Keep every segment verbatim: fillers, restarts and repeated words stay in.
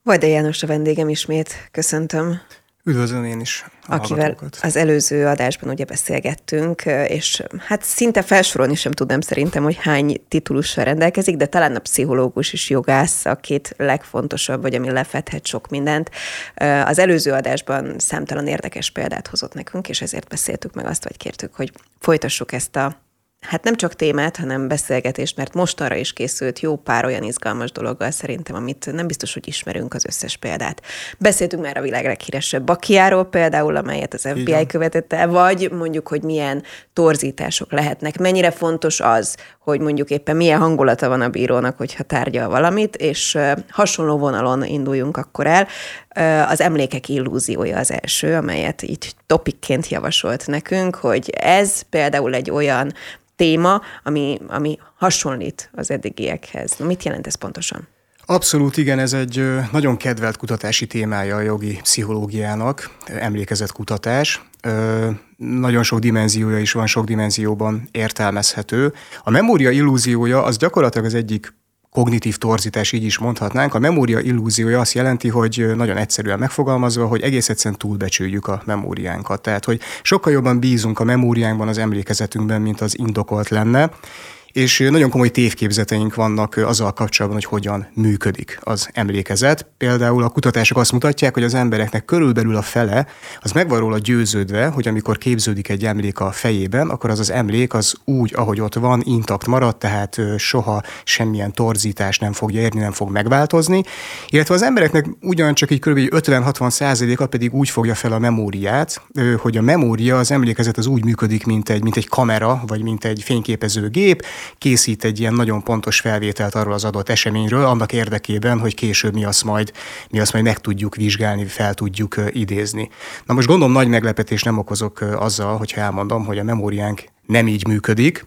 Vajda János a vendégem ismét, köszöntöm. Üdvözlöm én is a akivel hallgatókat. Az előző adásban ugye beszélgettünk, és hát szinte felsorolni sem tudnám szerintem, hogy hány titulussal rendelkezik, de talán a pszichológus és jogász a két legfontosabb, vagy ami lefedhet sok mindent. Az előző adásban számtalan érdekes példát hozott nekünk, és ezért beszéltük meg azt, vagy kértük, hogy folytassuk ezt a hát nem csak témát, hanem beszélgetést, mert mostanra is készült jó pár olyan izgalmas dologgal szerintem, amit nem biztos, hogy ismerünk az összes példát. Beszéltünk már a világ leghíresebb Bakiáról például, amelyet az ef bé i követett el, vagy mondjuk, hogy milyen torzítások lehetnek. Mennyire fontos az, hogy mondjuk éppen milyen hangulata van a bírónak, hogyha tárgyal valamit, és hasonló vonalon induljunk akkor el. Az emlékek illúziója az első, amelyet így topikként javasolt nekünk, hogy ez például egy olyan téma, ami, ami hasonlít az eddigiekhez. Mit jelent ez pontosan? Abszolút igen, ez egy nagyon kedvelt kutatási témája a jogi pszichológiának, emlékezetkutatás. Nagyon sok dimenziója is van, sok dimenzióban értelmezhető. A memória illúziója az gyakorlatilag az egyik kognitív torzítás, így is mondhatnánk. A memória illúziója azt jelenti, hogy nagyon egyszerűen megfogalmazva, hogy egész egyszerűen túlbecsüljük a memóriánkat. Tehát, hogy sokkal jobban bízunk a memóriánkban, az emlékezetünkben, mint az indokolt lenne. És nagyon komoly tévképzeteink vannak azzal kapcsolatban, hogy hogyan működik az emlékezet. Például a kutatások azt mutatják, hogy az embereknek körülbelül a fele az meg van róla győződve, hogy amikor képződik egy emlék a fejében, akkor az az emlék az úgy, ahogy ott van, intakt marad, tehát soha semmilyen torzítás nem fogja érni, nem fog megváltozni. Illetve az embereknek ugyancsak így körülbelül ötven-hatvan százaléka pedig úgy fogja fel a memóriát, hogy a memória, az emlékezet az úgy működik, mint egy, mint egy kamera, vagy mint egy fényképezőgép, készít egy ilyen nagyon pontos felvételt arról az adott eseményről, annak érdekében, hogy később mi azt majd, mi azt majd meg tudjuk vizsgálni, fel tudjuk idézni. Na most gondolom nagy meglepetést nem okozok azzal, hogyha elmondom, hogy a memóriánk nem így működik,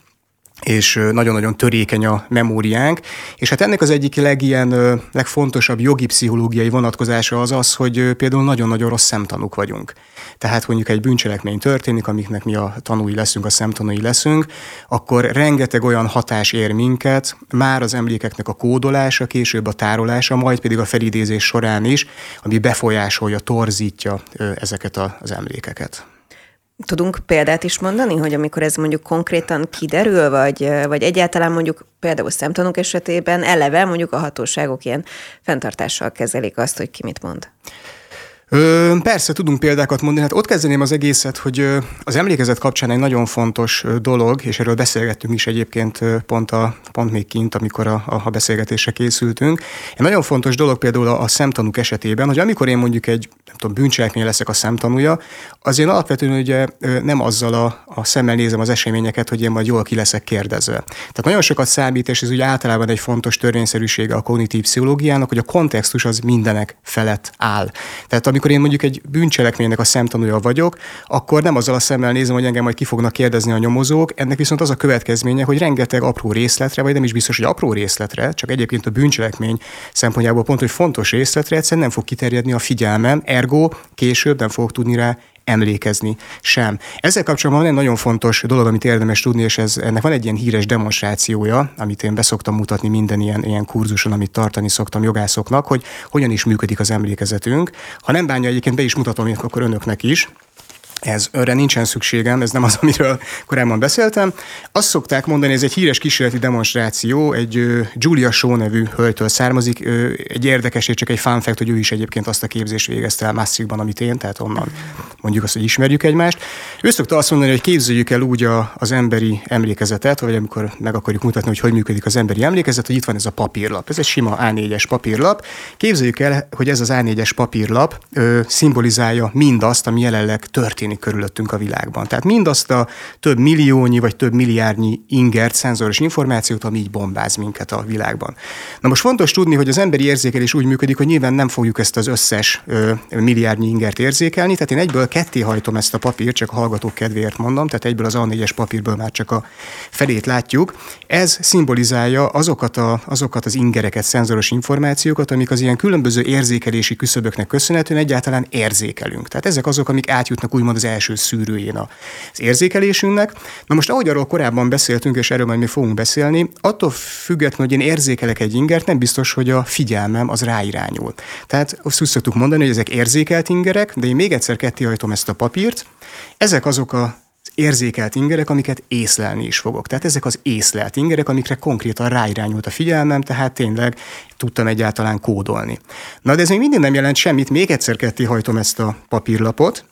és nagyon-nagyon törékeny a memóriánk, és hát ennek az egyik legilyen, legfontosabb jogi pszichológiai vonatkozása az az, hogy például nagyon-nagyon rossz szemtanúk vagyunk. Tehát mondjuk egy bűncselekmény történik, amiknek mi a tanúi leszünk, a szemtanúi leszünk, akkor rengeteg olyan hatás ér minket, már az emlékeknek a kódolása, később a tárolása, majd pedig a felidézés során is, ami befolyásolja, torzítja ezeket az emlékeket. Tudunk példát is mondani, hogy amikor ez mondjuk konkrétan kiderül, vagy, vagy egyáltalán mondjuk például szemtanúk esetében eleve mondjuk a hatóságok ilyen fenntartással kezelik azt, hogy ki mit mond? Ö, persze, tudunk példákat mondani. Hát ott kezdeném az egészet, hogy az emlékezet kapcsán egy nagyon fontos dolog, és erről beszélgettünk is egyébként pont, a, pont még kint, amikor a, a beszélgetésre készültünk. Egy nagyon fontos dolog például a, a szemtanúk esetében, hogy amikor én mondjuk egy nem tudom, bűncselekmény leszek a szemtanúja, az én alapvetően ugye nem azzal a, a szemmel nézem az eseményeket, hogy én majd jól ki leszek kérdezve. Tehát nagyon sokat számít, és ez ugye általában egy fontos törvényszerűsége a kognitív pszichológiának, hogy a kontextus az mindenek felett áll. Tehát amikor én mondjuk egy bűncselekménynek a szemtanúja vagyok, akkor nem azzal a szemmel nézem, hogy engem majd ki fognak kérdezni a nyomozók, ennek viszont az a következménye, hogy rengeteg apró részletre, vagy nem is biztos, hogy apró részletre, csak egyébként a bűncselekmény szempontjából pont, hogy fontos részletre egyszerűen nem fog kiterjedni a figyelmem, ergo később nem fogok tudni rá emlékezni sem. Ezzel kapcsolatban van egy nagyon fontos dolog, amit érdemes tudni, és ez, ennek van egy ilyen híres demonstrációja, amit én beszoktam mutatni minden ilyen, ilyen kurzuson, amit tartani szoktam jogászoknak, hogy hogyan is működik az emlékezetünk. Ha nem bánja, egyébként be is mutatom, akkor önöknek is. Ez önre nincsen szükségem, ez nem az, amiről korábban beszéltem. Azt szokták mondani, ez egy híres kísérleti demonstráció, egy Julia Shaw nevű hölgytől származik. Egy érdekes, csak egy fun fact, hogy ő is egyébként azt a képzést végezte el Maastrichtban, amit én, tehát onnan mondjuk azt, hogy ismerjük egymást. Ő szokta azt mondani, hogy képzeljük el úgy a, az emberi emlékezetet, vagy amikor meg akarjuk mutatni, hogy hogy működik az emberi emlékezet, hogy itt van ez a papírlap. Ez egy sima á négyes papírlap. Képzeljük el, hogy ez az á négyes papírlap ö, szimbolizálja mindazt, ami jelenleg történik körülöttünk a világban. Tehát mindazt a több milliónyi vagy több milliárdnyi ingert, szenzoros információt, ami így bombáz minket a világban. Na most fontos tudni, hogy az emberi érzékelés úgy működik, hogy nyilván nem fogjuk ezt az összes ö, milliárdnyi ingert érzékelni, tehát én egyből ketté hajtom ezt a papírt, csak a hallgatók kedvéért mondom, tehát egyből az á négyes papírből már csak a felét látjuk. Ez szimbolizálja azokat, a, azokat az ingereket, szenzoros információkat, amik az ilyen különböző érzékelési küszöböknek köszönhetően egyáltalán érzékelünk. Tehát ezek azok, amik átjutnak úgymond az az első szűrőjén az érzékelésünknek. Na most, ahogy arról korábban beszéltünk, és erről majd mi fogunk beszélni, attól függetlenül, hogy én érzékelek egy ingert, nem biztos, hogy a figyelmem az ráirányul. Tehát azt úgy szoktuk mondani, hogy ezek érzékelt ingerek, de én még egyszer kettéhajtom ezt a papírt, ezek azok a érzékelt ingerek, amiket észlelni is fogok. Tehát ezek az észlelt ingerek, amikre konkrétan ráirányult a figyelmem, tehát tényleg tudtam egyáltalán kódolni. Na de ez még mindig nem jelent semmit, még egyszer kettéhajtom ezt a papírlapot.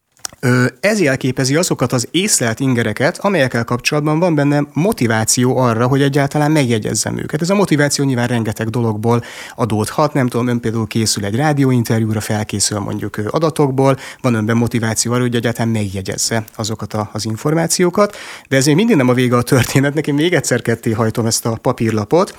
Ez jelképezi azokat az észlelt ingereket, amelyekkel kapcsolatban van bennem motiváció arra, hogy egyáltalán megjegyezzem őket. Ez a motiváció nyilván rengeteg dologból adódhat, nem tudom, ön például készül egy rádióinterjúra, felkészül mondjuk adatokból, van önben motiváció arra, hogy egyáltalán megjegyezze azokat a, az információkat, de ez még mindig nem a vége a történetnek, én még egyszer kettéhajtom ezt a papírlapot.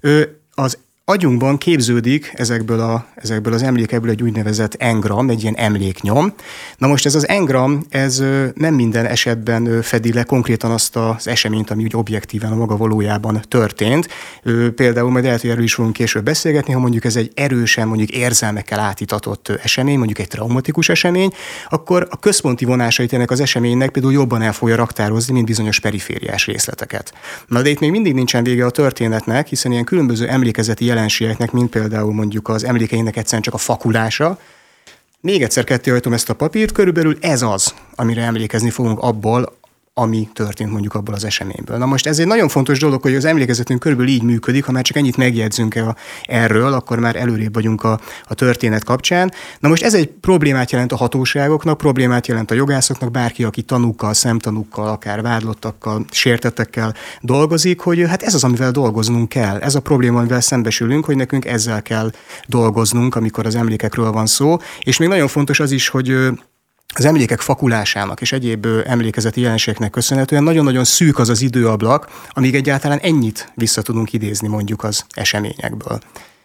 Az agyunkban képződik ezekből, a, ezekből az emlékekből egy úgynevezett engram, egy ilyen emléknyom. Na most ez az engram, ez nem minden esetben fedi le konkrétan azt az eseményt, ami úgy objektíven a maga valójában történt. Például majd lehet, hogy erről is fogunk később beszélgetni, ha mondjuk ez egy erősen, mondjuk érzelmekkel átítatott esemény, mondjuk egy traumatikus esemény, akkor a központi vonásait ennek az eseménynek például jobban el fogja raktározni, mint bizonyos perifériás részleteket. Na de itt még mindig nincsen vége a történetnek, hiszen ilyen különböző emlékezeti jelenségeknek, mint például mondjuk az emlékeinknek egyszerűen csak a fakulása. Még egyszer kettéhajtom ezt a papírt, körülbelül ez az, amire emlékezni fogunk abból, ami történt mondjuk abból az eseményből. Na most ez egy nagyon fontos dolog, hogy az emlékezetünk körülbelül így működik, ha már csak ennyit megjegyzünk el erről, akkor már előrébb vagyunk a, a történet kapcsán. Na most ez egy problémát jelent a hatóságoknak, problémát jelent a jogászoknak, bárki, aki tanúkkal, szemtanúkkal, akár vádlottakkal, sértettekkel dolgozik, hogy hát ez az, amivel dolgoznunk kell. Ez a probléma, amivel szembesülünk, hogy nekünk ezzel kell dolgoznunk, amikor az emlékekről van szó. És még nagyon fontos az is, hogy az emlékek fakulásának és egyéb emlékezeti jelenségeknek köszönhetően nagyon-nagyon szűk az az időablak, amíg egyáltalán ennyit vissza tudunk idézni mondjuk az eseményekből.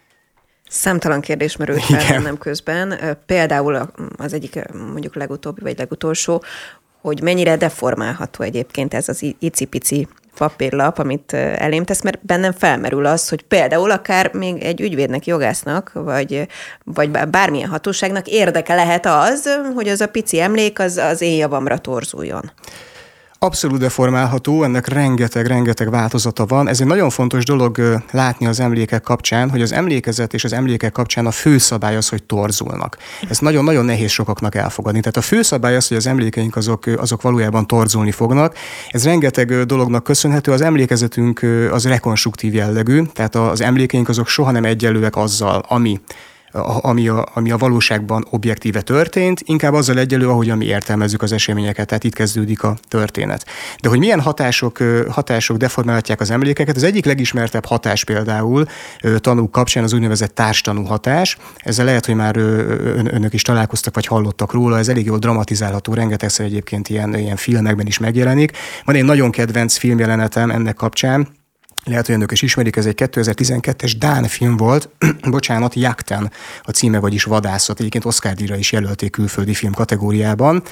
Számtalan kérdés merült fel bennem közben. Például az egyik mondjuk legutóbbi vagy legutolsó, hogy mennyire deformálható egyébként ez az icipici papírlap, amit elém tesz, mert bennem felmerül az, hogy például akár még egy ügyvédnek, jogásznak, vagy, vagy bármilyen hatóságnak érdeke lehet az, hogy az a pici emlék az, az én javamra torzuljon. Abszolút deformálható, ennek rengeteg-rengeteg változata van. Ez egy nagyon fontos dolog látni az emlékek kapcsán, hogy az emlékezet és az emlékek kapcsán a fő szabály az, hogy torzulnak. Ez nagyon-nagyon nehéz sokaknak elfogadni. Tehát a fő szabály az, hogy az emlékeink azok, azok valójában torzulni fognak. Ez rengeteg dolognak köszönhető. Az emlékezetünk az rekonstruktív jellegű, tehát az emlékeink azok soha nem egyenlőek azzal, ami Ami a, ami a valóságban objektíve történt, inkább azzal egyelő, ahogyan mi értelmezzük az eseményeket, tehát itt kezdődik a történet. De hogy milyen hatások, hatások deformálhatják az emlékeket, az egyik legismertebb hatás például tanúk kapcsán az úgynevezett társtanú hatás. Ezzel lehet, hogy már ön, önök is találkoztak, vagy hallottak róla, ez elég jól dramatizálható, rengetegszer egyébként ilyen, ilyen filmekben is megjelenik. Van egy nagyon kedvenc filmjelenetem ennek kapcsán, lehet, hogy önök is ismerik, ez egy kétezer-tizenkettes dán film volt, bocsánat, Jakten a címe, vagyis Vadászat. Egyébként Oscar-díjra is jelölték külföldi film kategóriában.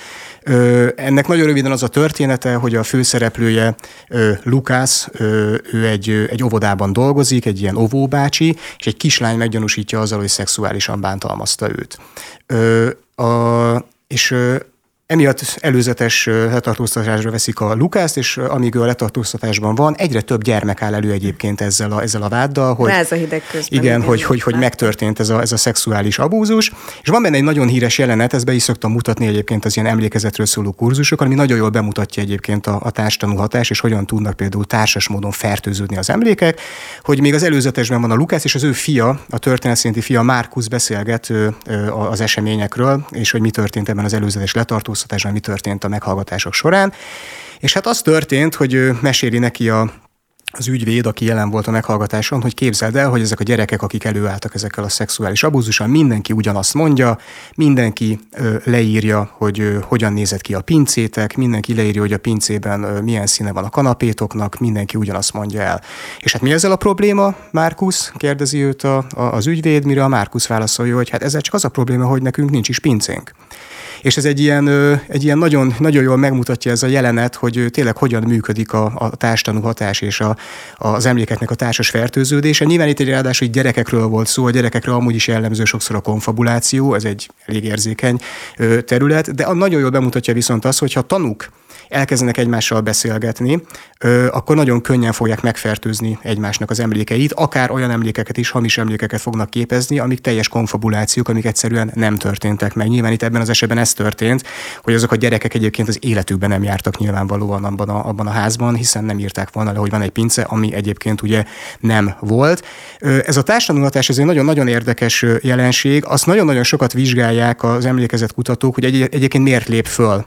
Ö, ennek nagyon röviden az a története, hogy a főszereplője ö, Lukász, ö, ő egy, egy óvodában dolgozik, egy ilyen óvóbácsi, és egy kislány meggyanúsítja azzal, hogy szexuálisan bántalmazta őt. Ö, a, és ö, Emiatt előzetes letartóztatásra veszik a Lukászt, és amíg ő a letartóztatásban van, egyre több gyermek áll elő egyébként ezzel a, ezzel a váddal, hogy, Ráz a hideg közben, igen, hogy, hogy, hogy megtörtént ez a, ez a szexuális abúzus. És van benne egy nagyon híres jelenet, ezt be is szoktam mutatni egyébként az ilyen emlékezetről szóló kurzusokon, ami nagyon jól bemutatja egyébként a, a társtanú hatás, és hogyan tudnak például társas módon fertőződni az emlékek, hogy még az előzetesben van a Lukász, és az ő fia, a történet szerinti fia Marcus beszélget az eseményekről, és hogy mi történt ebben az előzetes letartóztatásban, mi történt a meghallgatások során. És hát az történt, hogy meséli neki a az ügyvéd, aki jelen volt a meghallgatáson, hogy képzeld el, hogy ezek a gyerekek, akik előálltak ezekkel a szexuális abúzussal, mindenki ugyanazt mondja, mindenki ö, leírja, hogy ö, hogyan nézett ki a pincétek, mindenki leírja, hogy a pincében ö, milyen színe van a kanapétoknak, mindenki ugyanazt mondja el. És hát mi ezzel a probléma, Marcus? Kérdezi őt a, a, az ügyvéd, mire a Marcus válaszolja, hogy hát ezzel csak az a probléma, hogy nekünk nincs is pincénk. És ez egy ilyen, egy ilyen nagyon, nagyon jól megmutatja ez a jelenet, hogy tényleg hogyan működik a, a társtanú hatás és a, az emlékeknek a társas fertőződése. Nyilván itt egy ráadásul egy gyerekekről volt szó, a gyerekekre amúgy is jellemző sokszor a konfabuláció, ez egy elég érzékeny terület, de nagyon jól bemutatja viszont az, hogyha tanúk elkezdenek egymással beszélgetni, akkor nagyon könnyen fogják megfertőzni egymásnak az emlékeit, akár olyan emlékeket is, hamis emlékeket fognak képezni, amik teljes konfabulációk, amik egyszerűen nem történtek meg. Nyilván itt ebben az esetben ez történt, hogy azok a gyerekek egyébként az életükben nem jártak nyilvánvalóan abban a, abban a házban, hiszen nem írták volna le, hogy van egy pince, ami egyébként ugye nem volt. Ez a társadalomhatás, ez egy nagyon-nagyon érdekes jelenség, azt nagyon-nagyon sokat vizsgálják az emlékezetkutatók, hogy egy, egyébként miért lép föl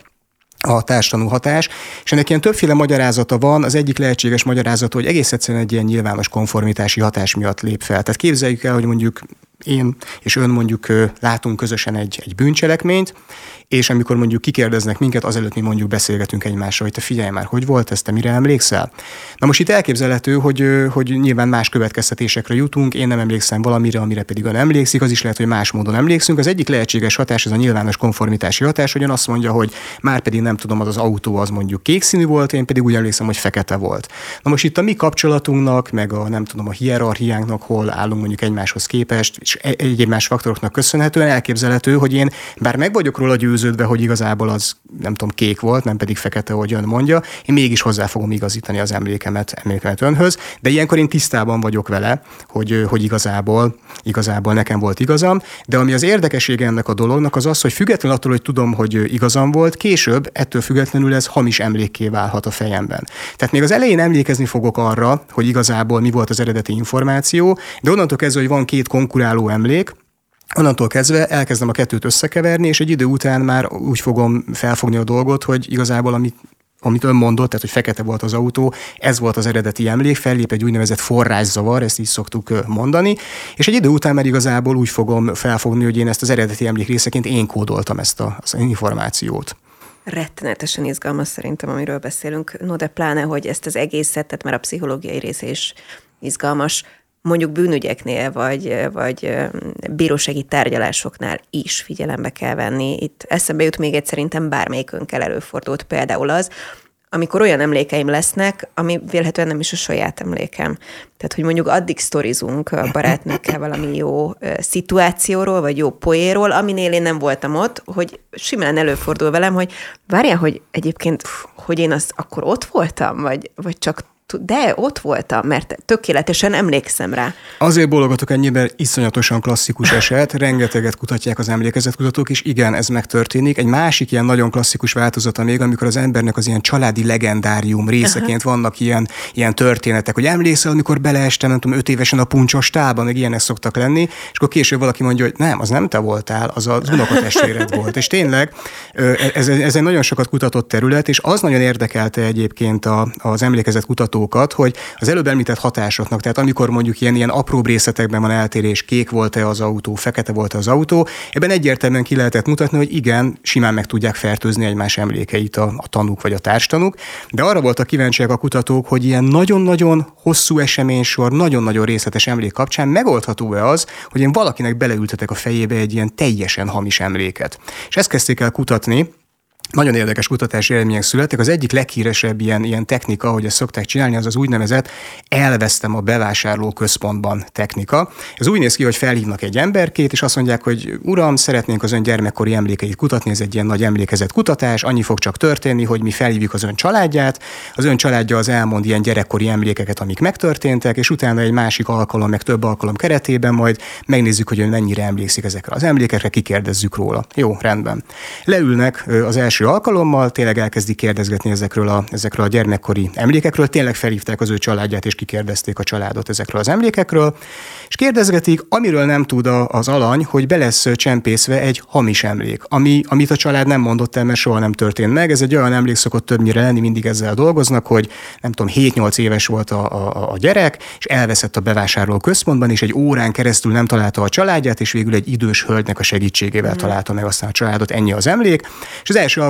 a társadalmi hatás, és ennek ilyen többféle magyarázata van. Az egyik lehetséges magyarázat, hogy egész egyszerűen egy ilyen nyilvános konformitási hatás miatt lép fel. Tehát képzeljük el, hogy mondjuk én és ön mondjuk látunk közösen egy, egy bűncselekményt, és amikor mondjuk kikérdeznek minket, azelőtt mi mondjuk beszélgetünk egymással, hogy te figyelj már, hogy volt ez, te mire emlékszel? Na most itt elképzelhető, hogy, hogy nyilván más következtetésekre jutunk, én nem emlékszem valamire, amire pedig ön emlékszik, az is lehet, hogy más módon emlékszünk. Az egyik lehetséges hatás, ez a nyilvános konformitási hatás, hogy ön azt mondja, hogy már pedig nem tudom, az az autó az mondjuk kék színű volt, én pedig úgy emlékszem, hogy fekete volt. Na most itt a mi kapcsolatunknak, meg a nem tudom, a hierarchiánknak, hol állunk mondjuk egymáshoz képest, és egyéb más faktoroknak köszönhetően elképzelhető, hogy én bár meg vagyok róla győződve, hogy igazából az nem tudom, kék volt, nem pedig fekete, hogy ön mondja, én mégis hozzá fogom igazítani az emlékemet, emlékemet önhöz, de ilyenkor én tisztában vagyok vele, hogy, hogy igazából, igazából nekem volt igazam, de ami az érdekessége ennek a dolognak az az, hogy függetlenül attól, hogy tudom, hogy igazam volt, később ettől függetlenül ez hamis emlékké válhat a fejemben. Tehát még az elején emlékezni fogok arra, hogy igazából mi volt az eredeti információ, de onnantól kezdve, hogy van két konkuráló emlék, onnantól kezdve elkezdem a kettőt összekeverni, és egy idő után már úgy fogom felfogni a dolgot, hogy igazából amit amit ön mondott, tehát hogy fekete volt az autó, ez volt az eredeti emlék, fellép egy úgynevezett forrászavar, ezt így szoktuk mondani, és egy idő után már igazából úgy fogom felfogni, hogy én ezt az eredeti emlék részeként én kódoltam ezt a, az információt. Rettenetesen izgalmas szerintem, amiről beszélünk. No, de pláne, hogy ezt az egészet, tehát már a pszichológiai része is izgalmas, mondjuk bűnügyeknél, vagy, vagy bírósági tárgyalásoknál is figyelembe kell venni. Itt eszembe jut még egy szerintem bármelyikünkkel előfordult például az, amikor olyan emlékeim lesznek, ami vélhetően nem is a saját emlékem. Tehát, hogy mondjuk addig sztorizunk a barátnőkkel valami jó szituációról, vagy jó poéról, aminél én nem voltam ott, hogy simán előfordul velem, hogy várjál, hogy egyébként, hogy én az akkor ott voltam, vagy, vagy csak de ott voltam, mert tökéletesen emlékszem rá. Azért bólogatok ennyiben, iszonyatosan klasszikus eset, rengeteget kutatják az emlékezetkutatók, és igen, ez megtörténik. Egy másik ilyen nagyon klasszikus változata még, amikor az embernek az ilyen családi legendárium részeként Aha. vannak ilyen, ilyen történetek, hogy emlékszel, amikor beleestem, nem tudom, öt évesen a puncsostába, meg ilyenek szoktak lenni, és akkor később valaki mondja, hogy nem, az nem te voltál, az az unokatestvéred volt. És tényleg ez, ez egy nagyon sokat kutatott terület, és az nagyon érdekelte egyébként az emlékezetkutató, hogy az előbb említett hatásoknak, tehát amikor mondjuk ilyen, ilyen apróbb részletekben van eltérés, kék volt-e az autó, fekete volt-e az autó, ebben egyértelműen ki lehetett mutatni, hogy igen, simán meg tudják fertőzni egymás emlékeit a, a tanúk vagy a társtanúk, de arra voltak kíváncsiak a kutatók, hogy ilyen nagyon-nagyon hosszú eseménysor, nagyon-nagyon részletes emlék kapcsán megoldható-e az, hogy én valakinek beleültetek a fejébe egy ilyen teljesen hamis emléket. És ezt kezdték el kutatni. Nagyon érdekes kutatási eredmények születtek. Az egyik leghíresebb ilyen, ilyen technika, ahogy ezt szokták csinálni, az az úgynevezett elvesztem a bevásárló központban technika. Ez úgy néz ki, hogy felhívnak egy emberkét, és azt mondják, hogy uram, szeretnénk az ön gyermekkori emlékeit kutatni, ez egy ilyen nagy emlékezet kutatás, annyi fog csak történni, hogy mi felhívjuk az ön családját, az ön családja az elmond ilyen gyerekkori emlékeket, amik megtörténtek, és utána egy másik alkalom, meg több alkalom keretében majd megnézzük, hogy ön mennyire emlékszik ezekre az emlékekre, kikérdezzük róla. Jó, rendben. Leülnek az első alkalommal, tényleg elkezdik kérdezgetni ezekről a, ezekről a gyermekkori emlékekről, tényleg felhívták az ő családját, és kikérdezték a családot ezekről az emlékekről, és kérdezgetik, amiről nem tud az alany, hogy be lesz csempészve egy hamis emlék, ami, amit a család nem mondott el, mert soha nem történt meg. Ez egy olyan emlék szokott többnyire lenni, mindig ezzel dolgoznak, hogy nem tudom, hét-nyolc éves volt a, a, a gyerek, és elveszett a bevásárló központban, és egy órán keresztül nem találta a családját, és végül egy idős hölgynek a segítségével találta meg aztán a családot, ennyi az emlék. És az első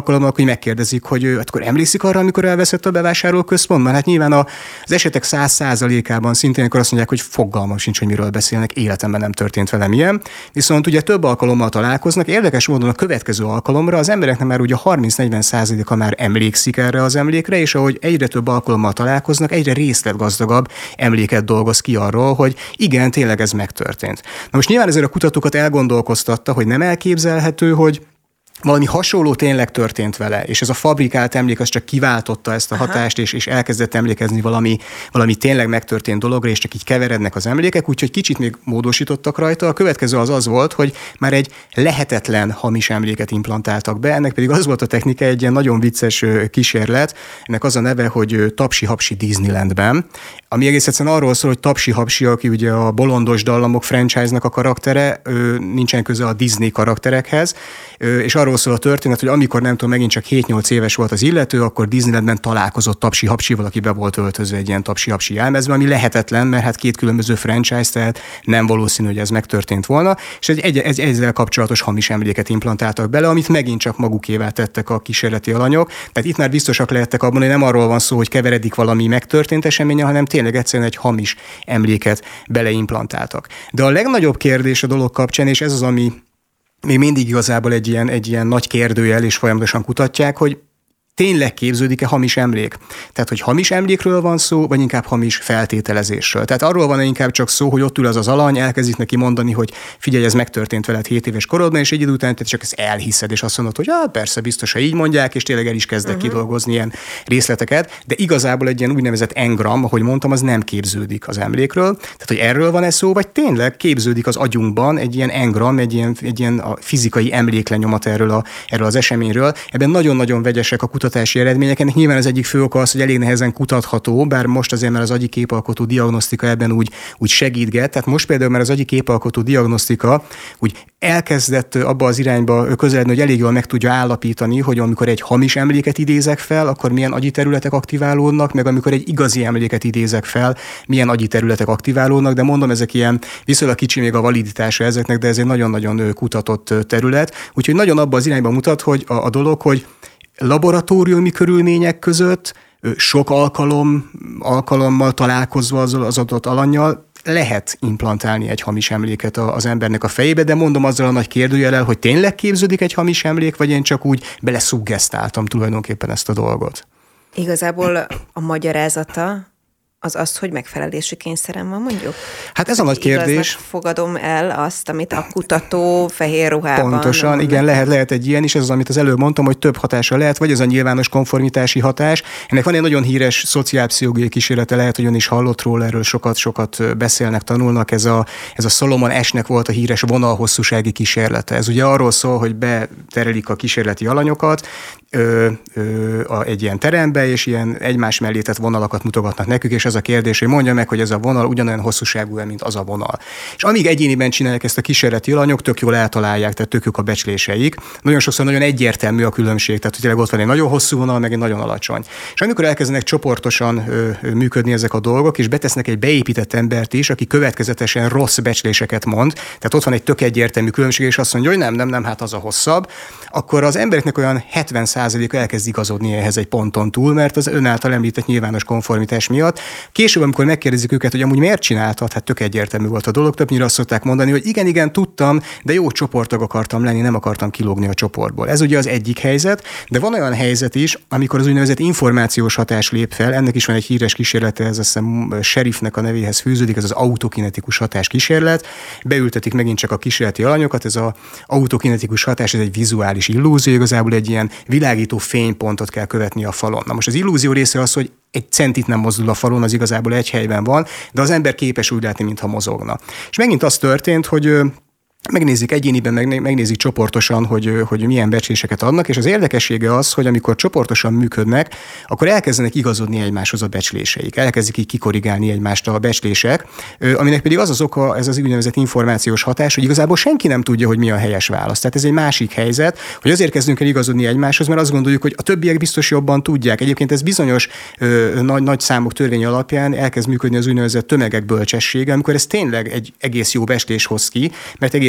alkalommal, hogy megkérdezik, hogy hát akkor emlékszik arra, amikor elveszett a bevásárlóközpontban? Hát nyilván az esetek száz százalékában szintén akkor azt mondják, hogy fogalmam sincs, hogy miről beszélnek, életemben nem történt velem ilyen. Viszont ugye több alkalommal találkoznak, érdekes módon a következő alkalomra az embereknek már ugye harminc-negyven százaléka már emlékszik erre az emlékre, és ahogy egyre több alkalommal találkoznak, egyre részletgazdagabb emléket dolgoz ki arról, hogy igen, tényleg ez megtörtént. Na most nyilván ezért a kutatókat elgondolkoztatta, hogy nem elképzelhető, hogy valami hasonló tényleg történt vele, és ez a fabrikált emlék az csak kiváltotta ezt a Aha. hatást, és, és elkezdett emlékezni valami, valami tényleg megtörtént dologra, és csak így keverednek az emlékek, úgyhogy kicsit még módosítottak rajta. A következő az az volt, hogy már egy lehetetlen hamis emléket implantáltak be, ennek pedig az volt a technika, egy ilyen nagyon vicces kísérlet, ennek az a neve, hogy Tapsi-Hapsi Disneylandben, ami egész egyszerűen arról szól, hogy Tapsi-Hapsi, aki ugye a Bolondos dallamok franchise-nak a karaktere, nincsen köze a Disney karakterekhez, és arról szól a történet, hogy amikor nem tudom, megint csak hét-nyolc éves volt az illető, akkor Disneylandben találkozott Tapsi-Hapsival, aki be volt öltözve egy ilyen Tapsi-Hapsi jelmezbe, ami lehetetlen, mert hát két különböző franchise, tehát nem valószínű, hogy ez megtörtént volna, és egy, egy, egy ezzel kapcsolatos hamis emléket implantáltak bele, amit megint csak magukévá tettek a kísérleti alanyok. Tehát itt már biztosak lehettek abban, hogy nem arról van szó, hogy keveredik valami megtörtént eseménye, hanem tényleg egyszerűen egy hamis emléket beleimplantáltak. De a legnagyobb kérdés a dolog kapcsán, és ez az, ami még mindig igazából egy ilyen, egy ilyen nagy kérdőjel, és folyamatosan kutatják, hogy tényleg képződik-e hamis emlék? Tehát, hogy hamis emlékről van szó, vagy inkább hamis feltételezésről? Tehát arról van inkább csak szó, hogy ott ül az az alany, elkezdik neki mondani, hogy figyelj, ez megtörtént veled hét éves korodban, és egy idő után te csak ezt elhiszed, és azt mondod, hogy hát persze, biztos, ha így mondják, és tényleg el is kezdek uh-huh. kidolgozni ilyen részleteket, de igazából egy ilyen úgynevezett engram, ahogy mondtam, az nem képződik az emlékről. Tehát, hogy erről van ez szó, vagy tényleg képződik az agyunkban egy ilyen engram, egy ilyen, egy ilyen a fizikai emléklenyomat erről, a, erről az eseményről. Ebben nagyon-nagyon vegyesek a kutatási eredmények. Ennek nyilván az egyik fő oka az, hogy elég nehezen kutatható, bár most azért már az agyi képalkotó diagnosztika ebben úgy, úgy segítget. Tehát most például már az agyi képalkotó diagnosztika úgy elkezdett abba az irányba közeledni, hogy elég jól meg tudja állapítani, hogy amikor egy hamis emléket idézek fel, akkor milyen agyi területek aktiválódnak, meg amikor egy igazi emléket idézek fel, milyen agyi területek aktiválódnak, de mondom, ezek ilyen viszonylag kicsi még a validitása ezeknek, de ez egy nagyon-nagyon kutatott terület. Úgyhogy nagyon abba az irányba mutat, hogy a, a dolog, hogy laboratóriumi körülmények között sok alkalom, alkalommal találkozva az, az adott alannyal lehet implantálni egy hamis emléket az embernek a fejébe, de mondom azzal a nagy kérdőjellel, hogy tényleg képződik egy hamis emlék, vagy én csak úgy beleszuggesztáltam tulajdonképpen ezt a dolgot. Igazából a magyarázata az az, hogy megfelelési kényszerem van, mondjuk? Hát ez a nagy kérdés. Fogadom el azt, amit a kutató fehér ruhában... Pontosan, igen, lehet, lehet egy ilyen is, ez az, amit az előbb mondtam, hogy több hatása lehet, vagy ez a nyilvános konformitási hatás. Ennek van egy nagyon híres szociálpszichológiai kísérlete, lehet, hogy ön is hallott róla, erről sokat-sokat beszélnek, tanulnak. Ez a, ez a Solomon Ash-nek volt a híres vonalhosszúsági kísérlete. Ez ugye arról szól, hogy beterelik a kísérleti alanyokat, Ö, ö, a, egy ilyen terembe, és ilyen egymás mellé tett vonalakat mutogatnak nekük, és ez a kérdés, hogy mondja meg, hogy ez a vonal ugyanolyan hosszúságú, mint az a vonal. És amíg egyéniben csinálják ezt a kísérleti alanyok, tök jól eltalálják, tehát tök jók a becsléseik. Nagyon sokszor nagyon egyértelmű a különbség, tehát hogy tényleg ott van egy nagyon hosszú vonal, meg egy nagyon alacsony. És amikor elkezdenek csoportosan ö, ö, működni ezek a dolgok, és betesznek egy beépített embert is, aki következetesen rossz becsléseket mond, tehát ott van egy tök egyértelmű különbség, és azt mondja, hogy nem, nem, nem, hát az a hosszabb, akkor az embereknek olyan hetven százaléka elkezd igazodni ehhez egy ponton túl, mert az ön által említett nyilvános konformitás miatt. Később, amikor megkérdezik őket, hogy amúgy miért csináltad, hát tök egyértelmű volt a dolog, többnyire azt szokták mondani, hogy igen, igen, tudtam, de jó csoporttag akartam lenni, nem akartam kilógni a csoportból. Ez ugye az egyik helyzet, de van olyan helyzet is, amikor az úgynevezett információs hatás lép fel, ennek is van egy híres kísérlete, ez azt hiszem Sheriffnek a nevéhez fűződik, ez az autokinetikus hatás kísérlet. Beültetik megint csak a kísérleti alanyokat, ez az autokinetikus hatás, ez egy vizuális illúzió, igazából egy ilyen világító fénypontot kell követni a falon. Na most az illúzió része az, hogy egy centit nem mozdul a falon, az igazából egy helyben van, de az ember képes úgy látni, mintha mozogna. És megint az történt, hogy megnézik egyéniben, megnézik csoportosan, hogy, hogy milyen becsléseket adnak, és az érdekessége az, hogy amikor csoportosan működnek, akkor elkezdenek igazodni egymáshoz a becsléseik. Elkezdik így kikorrigálni egymást a becslések, aminek pedig az az oka, ez az úgynevezett információs hatás, hogy igazából senki nem tudja, hogy mi a helyes válasz. Tehát ez egy másik helyzet, hogy azért kezdünk el igazodni egymáshoz, mert azt gondoljuk, hogy a többiek biztos jobban tudják. Egyébként ez bizonyos ö, nagy, nagy számok törvény alapján elkezd működni az úgynevezett tömegek bölcsessége, amikor ez tényleg egy egész jó becslés hoz ki, mert egész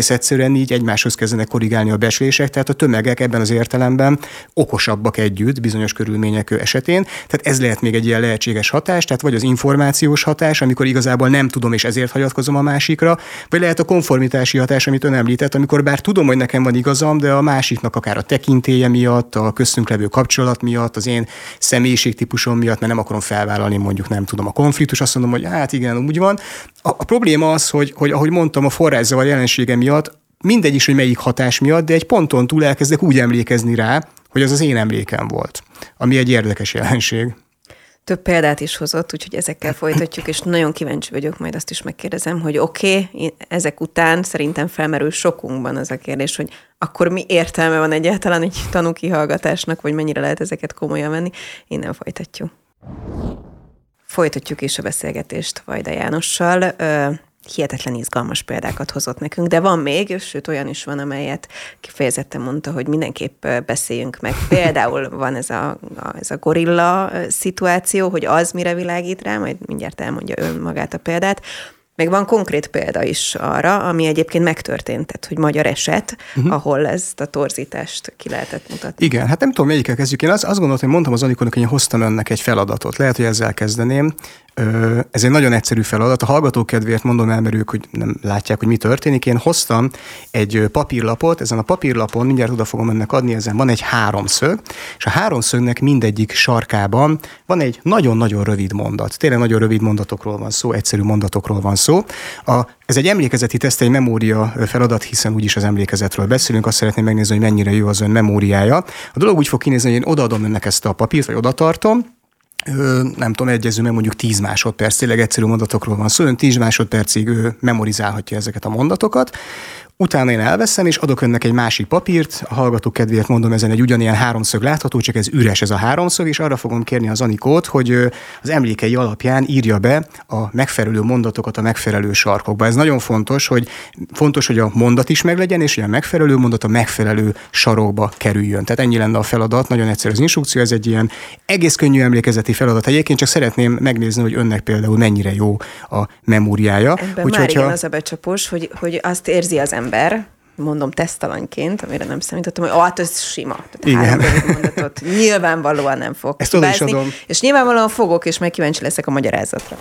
egész egyszerűen így egymáshoz kezdenek korrigálni a becslések, tehát a tömegek ebben az értelemben okosabbak együtt bizonyos körülmények esetén. Tehát ez lehet még egy ilyen lehetséges hatás, tehát vagy az információs hatás, amikor igazából nem tudom, és ezért hagyatkozom a másikra, vagy lehet a konformitási hatás, amit ön említett, amikor bár tudom, hogy nekem van igazam, de a másiknak akár a tekintélye miatt, a köztünk levő kapcsolat miatt, az én személyiségtípusom miatt, mert nem akarom felvállalni, mondjuk nem tudom, a konfliktus, azt mondom, hogy hát igen, úgy van. A, a probléma az, hogy, hogy ahogy mondtam, a forrászavar jelensége miatt, mindegy is, hogy melyik hatás miatt, de egy ponton túl elkezdek úgy emlékezni rá, hogy az az én emlékem volt, ami egy érdekes jelenség. Több példát is hozott, úgyhogy ezekkel folytatjuk, és nagyon kíváncsi vagyok, majd azt is megkérdezem, hogy oké, okay, ezek után szerintem felmerül sokunkban az a kérdés, hogy akkor mi értelme van egyáltalán egy tanúkihallgatásnak, vagy mennyire lehet ezeket komolyan venni. Innen folytatjuk. Folytatjuk is a beszélgetést Vajda Jánossal. Hihetetlen izgalmas példákat hozott nekünk, de van még, sőt olyan is van, amelyet kifejezetten mondta, hogy mindenképp beszéljünk meg. Például van ez a, a, ez a gorilla szituáció, hogy az mire világít rá, majd mindjárt elmondja ön magát a példát. Meg van konkrét példa is arra, ami egyébként megtörtént, tehát, hogy magyar eset, uh-huh. ahol ezt a torzítást ki lehetett mutatni. Igen, hát nem tudom, melyikkel kezdjük. Én azt, azt gondoltam, hogy mondtam az Anikónak, hogy én hoztam önnek egy feladatot. Lehet, hogy ezzel kezdeném. Ez egy nagyon egyszerű feladat. A hallgatók kedvéért mondom el, mert ők hogy nem látják, hogy mi történik. Én hoztam egy papírlapot, ezen a papírlapon, mindjárt oda fogom önnek adni, ezen van egy háromszög, és a háromszögnek mindegyik sarkában van egy nagyon-nagyon rövid mondat. Tényleg nagyon rövid mondatokról van szó, egyszerű mondatokról van szó. A, ez egy emlékezeti teszt, egy memória feladat, hiszen úgyis az emlékezetről beszélünk. Azt szeretném megnézni, hogy mennyire jó az ön memóriája. A dolog úgy fog kinézni, hogy én odaadom önnek ezt a papírt, vagy odatartom, Ö, nem tudom, egyezünk meg mondjuk tíz másodperc, tényleg egyszerű mondatokról van szó, ön tíz másodpercig ő memorizálhatja ezeket a mondatokat. Utána én elveszem, és adok önnek egy másik papírt, a hallgatók kedvéért mondom, ezen egy ugyanilyen háromszög látható, csak ez üres ez a háromszög, és arra fogom kérni az Anikót, hogy az emlékei alapján írja be a megfelelő mondatokat a megfelelő sarkokba. Ez nagyon fontos, hogy fontos, hogy a mondat is meglegyen, és hogy a megfelelő mondat a megfelelő sarokba kerüljön. Tehát ennyi lenne a feladat, nagyon egyszerű az instrukció, ez egy ilyen egész könnyű emlékezeti feladat. Egyébként csak szeretném megnézni, hogy önnek például mennyire jó a memóriája. Ebben Úgy, már hogyha... igen az a becsapós, hogy, hogy azt érzi az ember, mondom tesztalanként, amire nem számítottam, hogy ó, hát ez sima. Tehát három mondatot nyilvánvalóan nem fog Ezt oda is adom. És nyilvánvalóan fogok, és meg kíváncsi leszek a magyarázatra.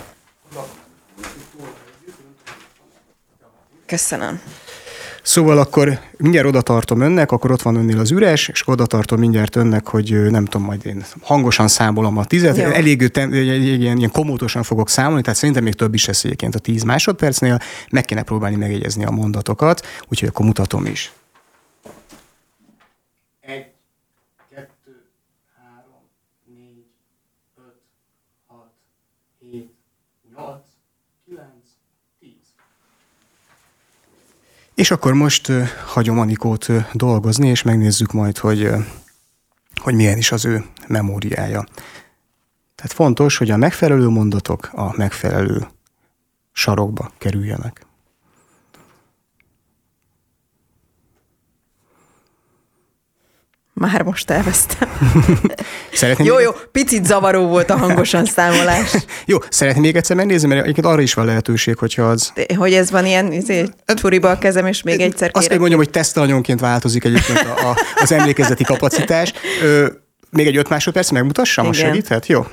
Köszönöm. Szóval akkor mindjárt oda tartom önnek, akkor ott van önnél az üres, és oda tartom mindjárt önnek, hogy nem tudom, majd én hangosan számolom a tizet. Jó. Elég ilyen, ilyen komótosan fogok számolni, tehát szerintem még több is lesz egyébként a tíz másodpercnél. Meg kéne próbálni megjegyezni a mondatokat, úgyhogy akkor mutatom is. Egy, kettő, három, négy, öt, hat, hét, nyolc, kilenc, tíz. És akkor most uh, hagyom Anikót uh, dolgozni, és megnézzük majd, hogy, uh, hogy milyen is az ő memóriája. Tehát fontos, hogy a megfelelő mondatok a megfelelő sarokba kerüljenek. Már most elvesztem. Szeretném jó, még... jó, picit zavaró volt a hangosan számolás. Jó, szeretném még egyszer megnézni, mert egyébként arra is van lehetőség, hogyha az... De, hogy ez van ilyen, izé, csuriba a kezem, és még egyszer kérek. Azt kell mondjam, hogy tesztalanyonként változik egyébként a, a, az emlékezeti kapacitás. Ö, még egy öt másodperc megmutassam, most segíthet? Jó.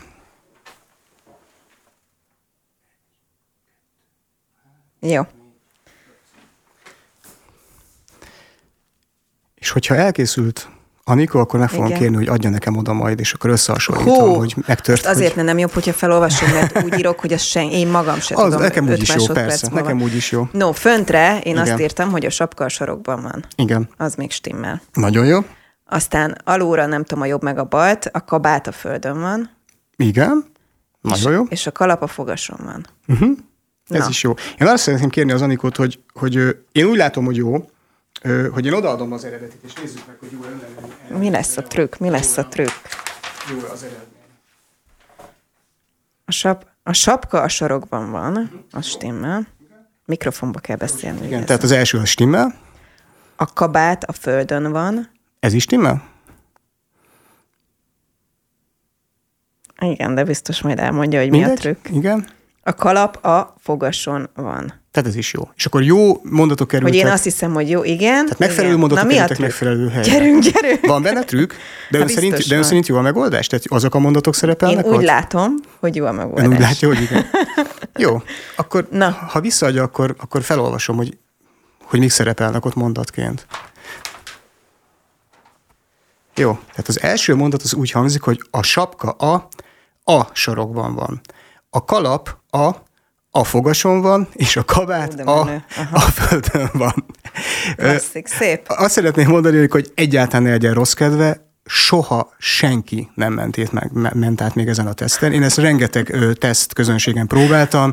Jó. És hogyha elkészült Anikó, akkor meg fogom Igen. kérni, hogy adja nekem oda majd, és akkor összehasonlítom, Hú, hogy megtört. Azért hogy... nem jobb, hogyha felolvasom, mert úgy írok, hogy az sen, én magam sem tudom. Nekem úgy is jó, persze. Múlva. Nekem úgy is jó. No, föntre én Igen. azt írtam, hogy a sapka a sarokban van. Igen. Az még stimmel. Nagyon jó. Aztán alulra, nem tudom, a jobb meg a balt, a kabát a földön van. Igen. Nagyon és, jó. És a kalap a fogason van. Uh-huh. Ez Na. is jó. Én azt szeretném kérni az Anikót, hogy, hogy én úgy látom, hogy jó, hogy én odaadom az eredetit, és nézzük meg, hogy jó eredmény. Mi lesz a trükk? Mi lesz a trükk? Jó az eredmény. A, sap, a sapka a sarokban van, az stimmel. Mikrofonba kell beszélni. Igen, tehát az első az stimmel. A kabát a földön van. Ez is stimmel? Igen, de biztos majd elmondja, hogy Mindegy? mi a trükk. Igen. A kalap a fogason van. Tehát ez is jó. És akkor jó mondatok kerültek. Hogy én azt hiszem, hogy jó, igen. Tehát megfelelő igen. mondatok kerültek megfelelő helyre. Gyerünk, gyerünk. Van benne trükk? De ön szerint, de ön szerint jó a megoldás? Tehát azok a mondatok szerepelnek? Én úgy ott? látom, hogy jó a megoldás. Ön úgy látja, hogy igen. Jó, akkor Na. ha visszaadja, akkor, akkor felolvasom, hogy, hogy mik szerepelnek ott mondatként. Jó, tehát az első mondat az úgy hangzik, hogy a sapka a, a sarokban van. A kalap a, a fogason van, és a kabát a, a földön van. Klasszik, szép. Azt szeretném mondani, hogy egyáltalán ne legyen rossz kedve, soha senki nem ment, át, meg, ment át még ezen a teszten. Én ezt rengeteg ö, teszt közönségen próbáltam.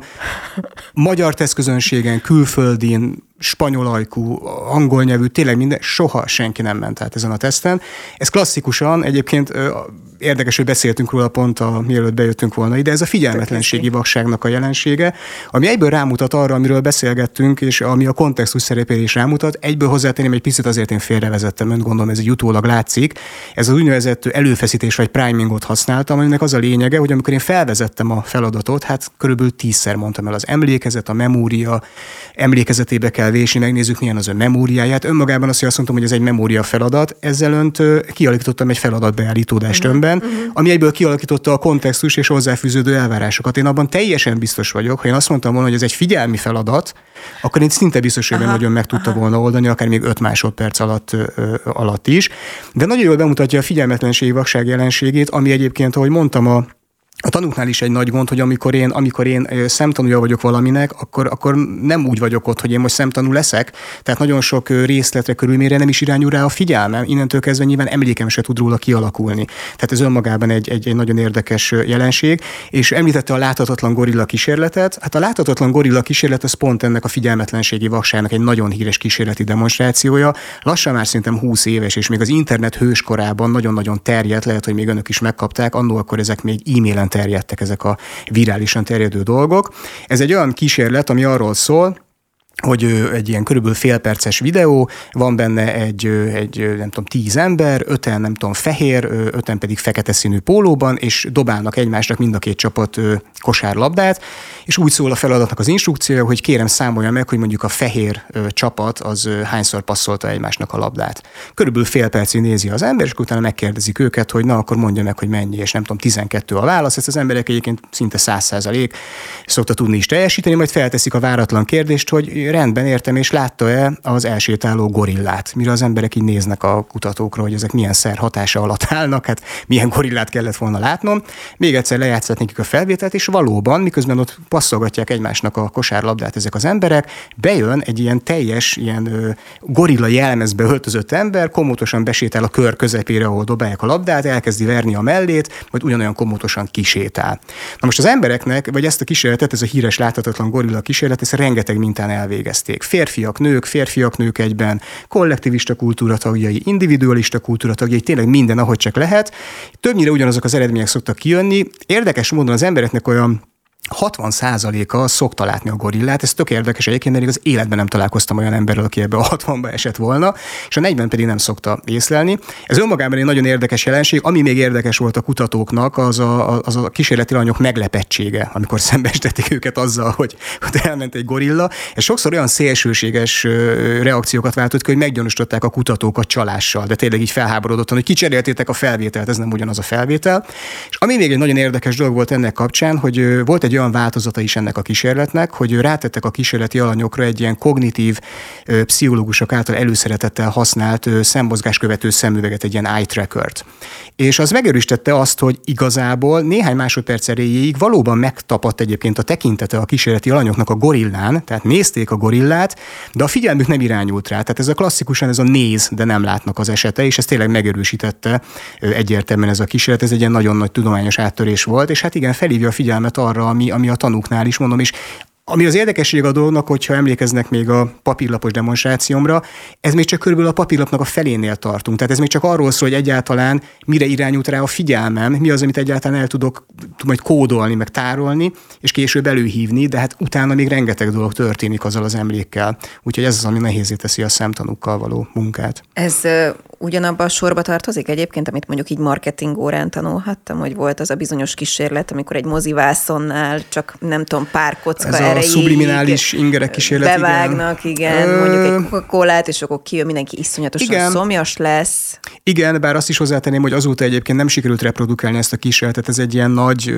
Magyar teszt közönségen, külföldin, spanyol ajkú, angol nyelvű, tényleg minden, soha senki nem ment át ezen a teszten. Ez klasszikusan, egyébként ö, érdekes, hogy beszéltünk róla pont, a, mielőtt bejöttünk volna ide, ez a figyelmetlenségi vakságnak a jelensége, ami egyből rámutat arra, amiről beszélgettünk, és ami a kontextus szerepére is rámutat. Egyből hozzátenném, egy picit azért én félrevezettem önt, gondolom ez egy utólag látszik. Ez az úgynevezett előfeszítés vagy primingot használtam, aminek az a lényege, hogy amikor én felvezettem a feladatot, hát körülbelül tízszer mondtam el az emlékezet, a memória, emlékezetébe kell vésni, megnézzük, milyen az ön memóriáját. Önmagában azt, hogy azt mondtam, hogy ez egy memória feladat, ezzel önt kialakítottam egy feladatbeállítódást uh-huh. önben, uh-huh. ami egyből kialakította a kontextus és hozzáfűződő elvárásokat. Én abban teljesen biztos vagyok, ha én azt mondtam volna, hogy ez egy figyelmi feladat, akkor én szinte biztos vagyok, hogy ön meg tudta aha. volna oldani, akár még öt másodperc alatt, ö, alatt is. De nagyon jól bemutatja a figyelmetlenségi vakság jelenségét, ami egyébként, ahogy mondtam, a A tanúknál is egy nagy gond, hogy amikor én, amikor én szemtanúja vagyok valaminek, akkor, akkor nem úgy vagyok ott, hogy én most szemtanú leszek. Tehát nagyon sok részletre, körülményre nem is irányul rá a figyelmem. Innentől kezdve nyilván emlékem se tud róla kialakulni. Tehát ez önmagában egy, egy, egy nagyon érdekes jelenség. És említette a láthatatlan gorilla kísérletet. Hát a láthatatlan gorilla kísérlet az pont ennek a figyelmetlenségi vakságnak egy nagyon híres kísérleti demonstrációja. Lassan már szerintem húsz éves, és még az internet hőskorában nagyon-nagyon terjedt, lehet, hogy még önök is megkapták. Annó akkor ezek még e-mailen terjedtek, ezek a virálisan terjedő dolgok. Ez egy olyan kísérlet, ami arról szól, hogy egy ilyen körülbelül félperces videó, van benne egy, egy nem tudom, tíz ember, öten nem tudom, fehér, öten pedig fekete színű pólóban, és dobálnak egymásnak mind a két csapat kosárlabdát, és úgy szól a feladatnak az instrukciója, hogy kérem számolja meg, hogy mondjuk a fehér csapat az hányszor passzolta egymásnak a labdát. Körülbelül fél percig nézi az ember, és utána megkérdezik őket, hogy na, akkor mondja meg, hogy mennyi, és nem tudom, tizenkettő a válasz. Ezt az emberek egyébként szinte száz százalék szokta tudni is teljesíteni, majd felteszik a váratlan kérdést, hogy rendben értem, és látta-e az elsétáló gorillát? Mire az emberek így néznek a kutatókra, hogy ezek milyen szer hatása alatt állnak, hát milyen gorillát kellett volna látnom. Még egyszer lejátszat nekik a felvételt, és valóban, miközben ott passzolgatják egymásnak a kosárlabdát ezek az emberek, bejön egy ilyen teljes, ilyen ö, gorilla jelmezbe öltözött ember, komótosan besétál a kör közepére, ahol dobálják a labdát, elkezdi verni a mellét, majd ugyanolyan komótosan kisétál. Na most az embereknek, vagy ezt a kísérletet, ez a híres láthatatlan gorilla kísérlet, ezt rengeteg mintán elvégezték. Férfiak, nők, férfiak, nők egyben, kollektivista kultúra tagjai, individualista kultúra tagjai, tényleg minden, ahogy csak lehet. Többnyire ugyanazok az eredmények szoktak kijönni. Érdekes módon az embereknek olyan hatvan százaléka szokta látni a gorillát, ez tök érdekes egyébként, mert az életben nem találkoztam olyan emberrel, aki ebbe a hatvanba esett volna, és a negyven pedig nem szokta észlelni. Ez önmagában egy nagyon érdekes jelenség, ami még érdekes volt a kutatóknak, az a, az a kísérleti alanyok meglepettsége, amikor szembesítették őket azzal, hogy, hogy elment egy gorilla. Ez sokszor olyan szélsőséges reakciókat váltott ki, hogy meggyanúsították a kutatókat csalással, de tényleg így felháborodottan, hogy kicseréltétek a felvételt, ez nem ugyanaz a felvétel. És ami még egy nagyon érdekes dolog volt ennek kapcsán, hogy volt egy olyan változata is ennek a kísérletnek, hogy rátettek a kísérleti alanyokra egy ilyen kognitív, pszichológusok által előszeretettel használt szemmozgáskövető szemüveget, egy ilyen eye trackert. És az megerősítette azt, hogy igazából néhány másodperc erejéig valóban megtapadt egyébként a tekintete a kísérleti alanyoknak a gorillán, tehát nézték a gorillát, de a figyelmük nem irányult rá. Tehát ez a klasszikusan ez a néz, de nem látnak az esete, és ez tényleg megerősítette egyértelműen ez a kísérlet. Ez egy ilyen nagyon nagy tudományos áttörés volt, és hát igen, felhívja a figyelmet arra, ami, ami a tanúknál is mondom, és ami az érdekesség a dolognak, hogyha emlékeznek még a papírlapos demonstrációmra, ez még csak körülbelül a papírlapnak a felénél tartunk. Tehát ez még csak arról szól, hogy egyáltalán mire irányult rá a figyelmem, mi az, amit egyáltalán el tudok majd kódolni, meg tárolni, és később előhívni, de hát utána még rengeteg dolog történik azzal az emlékkel. Úgyhogy ez az, ami nehézé teszi a szemtanúkkal való munkát. Ez ugyanabba a sorba tartozik egyébként, amit mondjuk így marketing órán tanulhattam, hogy volt az a bizonyos kísérlet, amikor egy mozivászonnál csak nem tudom, pár kocka ez erejéig a subliminális ingerek kísérlet, bevágnak, igen, igen Ö... mondjuk egy Coca-Colát, és akkor kijön, mindenki iszonyatosan igen. szomjas lesz. Igen, bár azt is hozzátenném, hogy azóta egyébként nem sikerült reprodukálni ezt a kísérletet, ez egy ilyen nagy,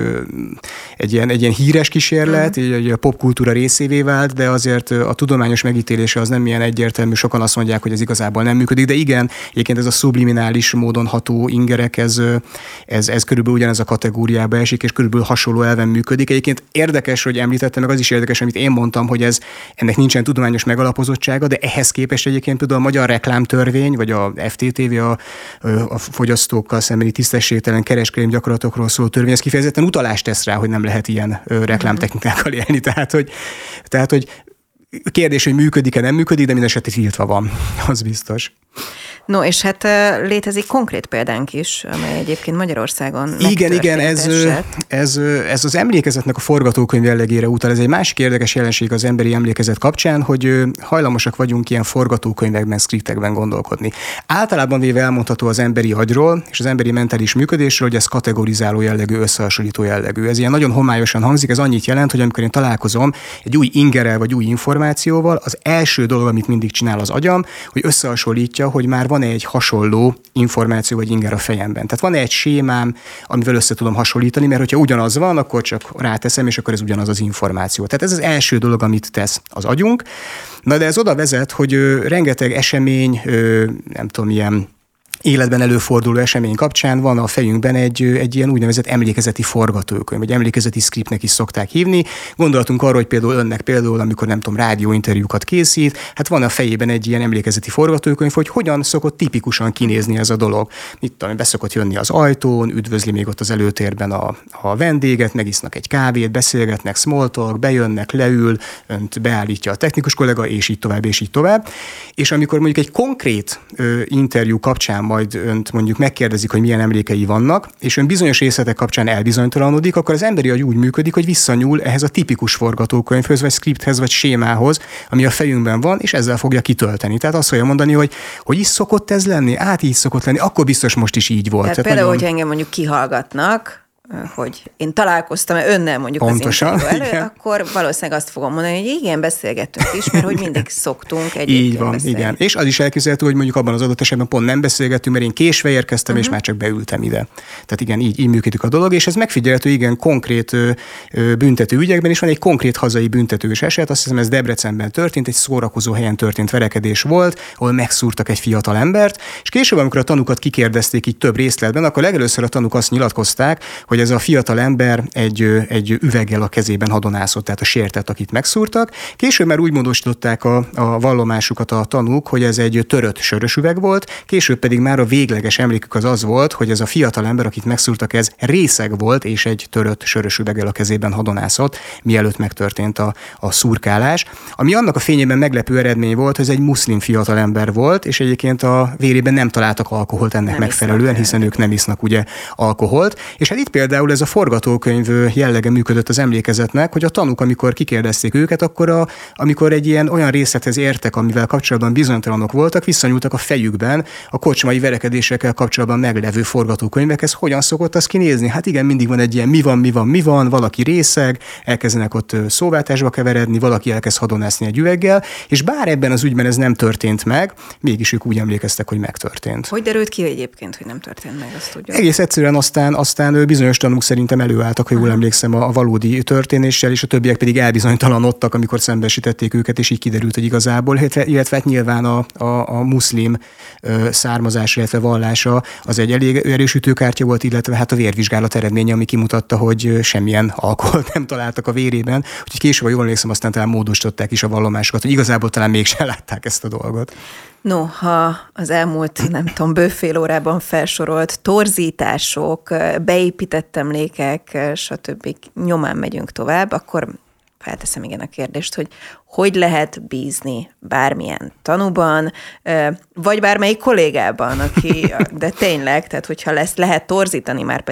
egy ilyen, egy ilyen híres kísérlet, uh-huh. egy a popkultúra részévé vált, de azért a tudományos megítélése az nem ilyen egyértelmű, sokan azt mondják, hogy ez igazából nem működik, de igen, egyébként ez a subliminális módon ható ingerek, ez, ez, ez körülbelül ugyanez a kategóriába esik, és körülbelül hasonló elven működik. Egyébként érdekes, hogy említettem, meg az is érdekes, amit én mondtam, hogy ez, ennek nincsen tudományos megalapozottsága, de ehhez képest egyébként például a magyar reklámtörvény, vagy a ef té té vé, a, a fogyasztókkal szembeni tisztességtelen kereskedelmi gyakorlatokról szóló törvény, ez kifejezetten utalást tesz rá, hogy nem lehet ilyen reklámtechnikákkal élni. Tehát, hogy, tehát, hogy kérdés, hogy működik-e, nem működik, de minden esetre tiltva van, az biztos. No, és hát létezik konkrét példánk is, amely egyébként Magyarországon Igen, igen, ez, ez, ez az emlékezetnek a forgatókönyv jellegére utal. Ez egy másik érdekes jelenség az emberi emlékezet kapcsán, hogy hajlamosak vagyunk ilyen forgatókönyvekben, skriptekben gondolkodni. Általában véve elmondható az emberi agyról és az emberi mentális működésről, hogy ez kategorizáló jellegű, összehasonlító jellegű. Ez ilyen nagyon homályosan hangzik, ez annyit jelent, hogy amikor én találkozom egy új ingerrel vagy új információval, az első dolog, amit mindig csinál az agyam, hogy összehasonlítja, hogy már van egy hasonló információ vagy inger a fejemben. Tehát van egy sémám, amivel össze tudom hasonlítani, mert hogyha ugyanaz van, akkor csak ráteszem, és akkor ez ugyanaz az információ. Tehát ez az első dolog, amit tesz az agyunk. Na de ez oda vezet, hogy ö, rengeteg esemény, ö, nem tudom, ilyen életben előforduló esemény kapcsán van a fejünkben egy, egy ilyen úgynevezett emlékezeti forgatókönyv, vagy emlékezeti scriptnek is szokták hívni. Gondolatunk arra, hogy például önnek például, amikor nem tudom, rádióinterjúkat készít, hát van a fejében egy ilyen emlékezeti forgatókönyv, hogy hogyan szokott tipikusan kinézni ez a dolog. Mit tudom, beszokott jönni az ajtón, üdvözli még ott az előtérben a, a vendéget, megisznak egy kávét, beszélgetnek, small talk, bejönnek, leül, önt beállítja a technikus kollega, és így tovább, és így tovább. És amikor mondjuk egy konkrét ö, interjú kapcsán majd önt mondjuk megkérdezik, hogy milyen emlékei vannak, és ön bizonyos részletek kapcsán elbizonytalanodik, akkor az emberi agy úgy működik, hogy visszanyúl ehhez a tipikus forgatókönyvhöz, vagy scripthez, vagy sémához, ami a fejünkben van, és ezzel fogja kitölteni. Tehát azt fogja mondani, hogy hogy is szokott ez lenni? Át így szokott lenni, akkor biztos most is így volt. Tehát, Tehát például, nagyon... hogyha engem mondjuk kihallgatnak, hogy én találkoztam önnel mondjuk pontosan, az interjú elő, akkor valószínűleg azt fogom mondani, hogy igen, beszélgettünk is, mert hogy mindig szoktunk egyébként így van, beszélni. Igen. És az is elképzelhető, hogy mondjuk abban az adott esetben pont nem beszélgettünk, mert én késve érkeztem, uh-huh. és már csak beültem ide. Tehát igen, így, így működik a dolog, és ez megfigyelhető, igen, konkrét ö, ö, büntető ügyekben is van egy konkrét hazai büntetős eset, azt hiszem ez Debrecenben történt, egy szórakozó helyen történt verekedés volt, ahol megszúrtak egy fiatal embert, és később, amikor a tanúkat kikérdezték így több részletben, akkor legelőször a tanúk azt nyilatkozták, hogy ez a fiatal ember egy, egy üveggel a kezében hadonászott, tehát a sértett, akit megszúrtak. Később már úgy módosították a, a vallomásukat a tanúk, hogy ez egy törött sörös üveg volt, később pedig már a végleges emlékük az az volt, hogy ez a fiatal ember, akit megszúrtak, ez részeg volt, és egy törött sörös üveggel a kezében hadonászott, mielőtt megtörtént a, a szurkálás. Ami annak a fényében meglepő eredmény volt, hogy ez egy muszlim fiatal ember volt, és egyébként a vérében nem találtak alkoholt ennek nem megfelelően, hiszen ők nem isznak ugye alkoholt. És hát itt például ez a forgatókönyv jellege működött az emlékezetnek, hogy a tanúk, amikor kikérdezték őket, akkor a, amikor egy ilyen olyan részlethez értek, amivel kapcsolatban bizonytalanok voltak, visszanyúltak a fejükben a kocsmai verekedésekkel kapcsolatban meglevő forgatókönyvekhez, hogyan szokott az kinézni. Hát igen, mindig van egy ilyen mi van, mi van, mi van, valaki részeg, elkezdenek ott szóváltásba keveredni, valaki elkezd hadonászni egy üveggel, és bár ebben az ügyben ez nem történt meg, mégis ők úgy emlékeztek, hogy megtörtént. Hogy derült ki egyébként, hogy nem történt meg, azt tudja? Egész egyszerűen aztán, aztán bizonyos tanúk szerintem előálltak, ha jól emlékszem, a, a valódi történéssel, és a többiek pedig elbizonytalanodtak, amikor szembesítették őket, és így kiderült, hogy igazából, illetve, illetve hát nyilván a, a, a muszlim ö, származás, illetve vallása az egy elég erős ütőkártya volt, illetve hát a vérvizsgálat eredménye, ami kimutatta, hogy semmilyen alkoholt nem találtak a vérében, úgyhogy később, ha jól emlékszem, aztán talán módosították is a vallomásokat, hogy igazából talán mégsem látták ezt a dolgot. No, ha az elmúlt, nem tudom, bőfél órában felsorolt torzítások, beépített emlékek, stb. Nyomán megyünk tovább, akkor felteszem igen a kérdést, hogy hogy lehet bízni bármilyen tanúban, vagy bármelyik kollégában, aki, de tényleg, tehát hogyha lesz, lehet torzítani, már pedig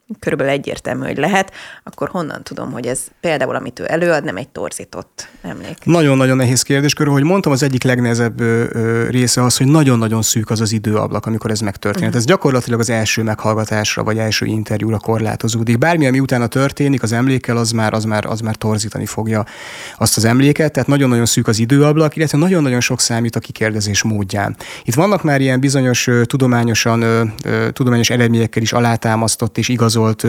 körülbelül egyértelmű, hogy lehet, akkor honnan tudom, hogy ez például, amit ő előad, nem egy torzított emlék? Nagyon-nagyon nehéz kérdéskör, hogy mondtam, az egyik legnehezebb része az, hogy nagyon-nagyon szűk az az időablak, amikor ez megtörtént. Uh-huh. Ez gyakorlatilag az első meghallgatásra, vagy első interjúra korlátozódik. Bármi, ami utána történik az emlékkel, az már, az már, az már torzítani fogja azt az emléket, tehát nagyon-nagyon szűk az időablak, illetve nagyon-nagyon sok számít a kikérdezés módján. Itt vannak már ilyen bizonyos tudományosan, tudományos eredményekkel is alátámasztott és igazolt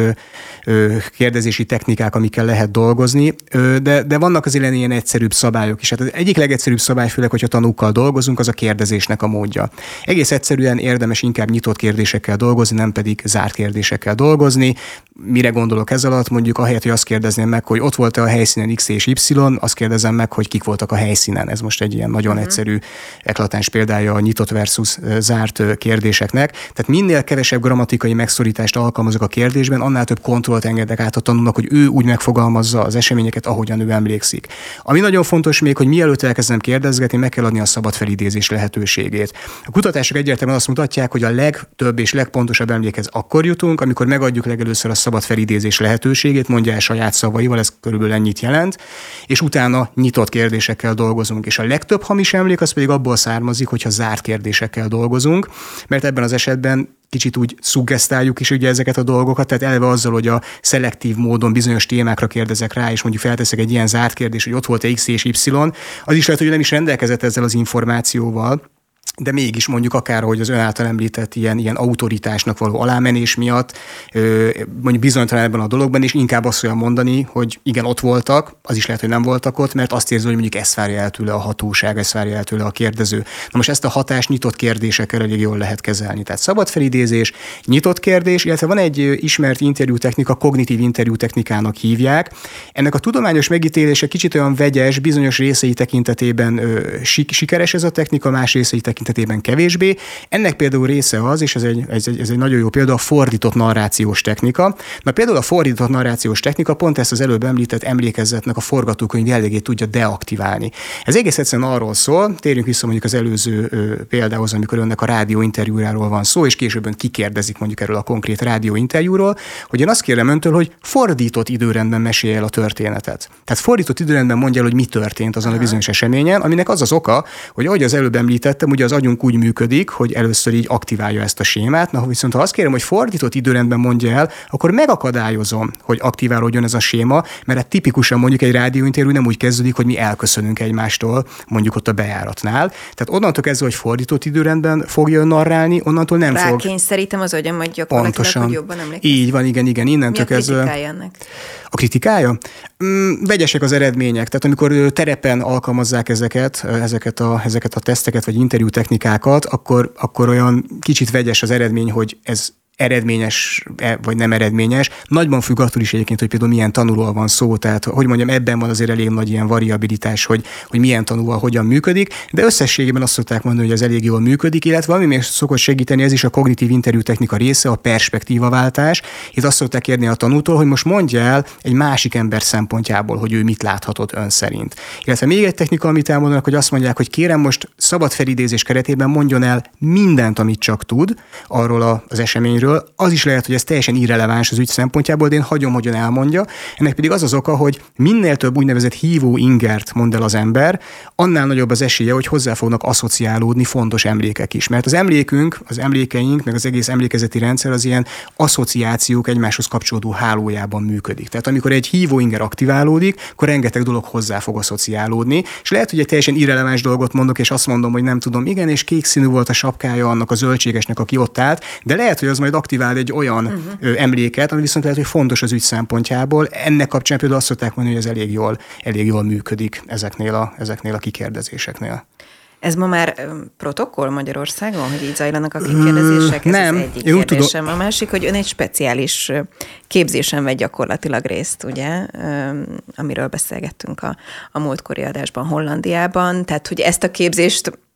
kérdezési technikák, amikkel lehet dolgozni, de, de vannak azért ilyen egyszerűbb szabályok is. Hát az egyik legegyszerűbb szabály, főleg, hogyha tanúkkal dolgozunk, az a kérdezésnek a módja. Egész egyszerűen érdemes inkább nyitott kérdésekkel dolgozni, nem pedig zárt kérdésekkel dolgozni. Mire gondolok ez alatt? Mondjuk ahelyett, hogy azt kérdezném meg, hogy ott volt-e a helyszínen X és Y, azt kérdezem meg, hogy kik voltak a helyszínen. Ez most egy ilyen nagyon uh-huh. egyszerű, eklatáns példája a nyitott versus zárt kérdéseknek. Tehát minél kevesebb grammatikai megszorítást alkalmazok a kérdésben, annál több kontrollt engedek át a tanulnak, hogy ő úgy megfogalmazza az eseményeket, ahogyan ő emlékszik. Ami nagyon fontos még, hogy mielőtt elkezdem kérdezgetni, meg kell adni a szabad felidézés lehetőségét. A kutatások egyértelműen azt mutatják, hogy a legtöbb és legpontosabb emlékhez akkor jutunk, amikor megadjuk legelőször a szabad felidézés lehetőségét, mondja el saját szavaival, ez körülbelül ennyit jelent, és utána nyitott kérdésekkel dolgozunk. És a legtöbb hamis emlék az pedig abból származik, hogyha zárt kérdésekkel dolgozunk, mert ebben az esetben kicsit úgy szuggesztáljuk is ugye ezeket a dolgokat, tehát eleve azzal, hogy a szelektív módon bizonyos témákra kérdezek rá, és mondjuk felteszek egy ilyen zárt kérdést, hogy ott volt-e X és Y, az is lehet, hogy nem is rendelkezett ezzel az információval, de mégis mondjuk akárhogy az ön által említett ilyen, ilyen autoritásnak való alámenés miatt, mondjuk bizonytalan ebben a dologban, és inkább azt olyan mondani, hogy igen, ott voltak, az is lehet, hogy nem voltak ott, mert azt érzi, hogy mondjuk ezt várja el tőle a hatóság, ezt várja el tőle a kérdező. Na most ezt a hatást nyitott kérdésekkel elég jól lehet kezelni. Tehát szabad felidézés, nyitott kérdés, illetve van egy ismert interjútechnika, kognitív interjútechnikának hívják. Ennek a tudományos megítélése kicsit olyan vegyes, bizonyos részei tekintetében ö, sikeres ez a technika, más részei tekintetében kevésbé. Ennek például része az, és ez egy, ez, egy, ez egy nagyon jó példa, a fordított narrációs technika. Na például a fordított narrációs technika pont ezt az előbb említett emlékezetnek a forgatókönyv jellegét tudja deaktiválni. Ez egész egyszerűen arról szól, térjünk vissza mondjuk az előző ö, példához, amikor önnek a rádió interjújáról van szó, és később ön kikérdezik mondjuk erről a konkrét rádió interjúról, hogy én azt kérem öntől, hogy fordított időrendben mesélje el a történetet. Tehát fordított időrendben mondja el, hogy mi történt azon a bizonyos eseményen, aminek az az oka, hogy ahogy az előbb említettem, ugye az agyunk úgy működik, hogy először így aktiválja ezt a sémát, na viszont ha azt kérem, hogy fordított időrendben mondja el, akkor megakadályozom, hogy aktiválódjon ez a séma, mert hát tipikusan mondjuk egy rádióinterjú nem úgy kezdődik, hogy mi elköszönünk egymástól, mondjuk ott a bejáratnál. Tehát onnantól kezdve, hogy fordított időrendben fogja narrálni, onnantól nem fog. Rákényszerítem az agyam, hogy gyakorlatilag, hogy jobban emlékszem. Így van, igen, igen, innentől kezdve. Mi a kritikája ennek? A kritikája? Mm, vegyesek az eredmények. Tehát amikor terepen alkalmazzák ezeket, ezeket a, ezeket a teszteket, vagy interjútechnikákat, akkor, akkor olyan kicsit vegyes az eredmény, hogy ez eredményes, vagy nem eredményes. Nagyban függ attól is egyébként, hogy például milyen tanulóval van szó, tehát hogy mondjam, ebben van azért elég nagy ilyen variabilitás, hogy, hogy milyen tanulóval hogyan működik, de összességében azt szokták mondani, hogy ez elég jól működik, illetve ami még szokott segíteni, ez is a kognitív interjútechnika része, a perspektívaváltás. Itt azt szokták kérni a tanútól, hogy most mondja el egy másik ember szempontjából, hogy ő mit láthatott ön szerint. Illetve még egy technika, amit elmondanak, hogy azt mondják, hogy kérem most szabad felidézés keretében mondjon el mindent, amit csak tud arról az eseményről. Az is lehet, hogy ez teljesen irreleváns az ügy szempontjából, de én hagyom, hogy ön elmondja. Ennek pedig az az oka, hogy minél több úgynevezett hívó ingert mond el az ember, annál nagyobb az esélye, hogy hozzá fognak asszociálódni fontos emlékek is. Mert az emlékünk, az emlékeink, meg az egész emlékezeti rendszer az ilyen asszociációk egymáshoz kapcsolódó hálójában működik. Tehát amikor egy hívó inger aktiválódik, akkor rengeteg dolog hozzá fog asszociálódni, és lehet, hogy egy teljesen irreleváns dolgot mondok, és azt mondom, hogy nem tudom, igen, és kék színű volt a sapkája annak a zöldségesnek, aki ott állt, de lehet, hogy az majd aktivál egy olyan uh-huh. emléket, ami viszont lehet, hogy fontos az ügy szempontjából. Ennek kapcsán például azt szokták mondani, hogy ez elég jól, elég jól működik ezeknél a, ezeknél a kikérdezéseknél. Ez ma már protokoll Magyarországon, hogy így zajlanak a kikérdezések? Ez nem. az egyik kérdésem. A másik, hogy ön egy speciális képzésen vett gyakorlatilag részt, ugye, amiről beszélgettünk a, a múltkori adásban Hollandiában. Tehát, hogy ezt a képzést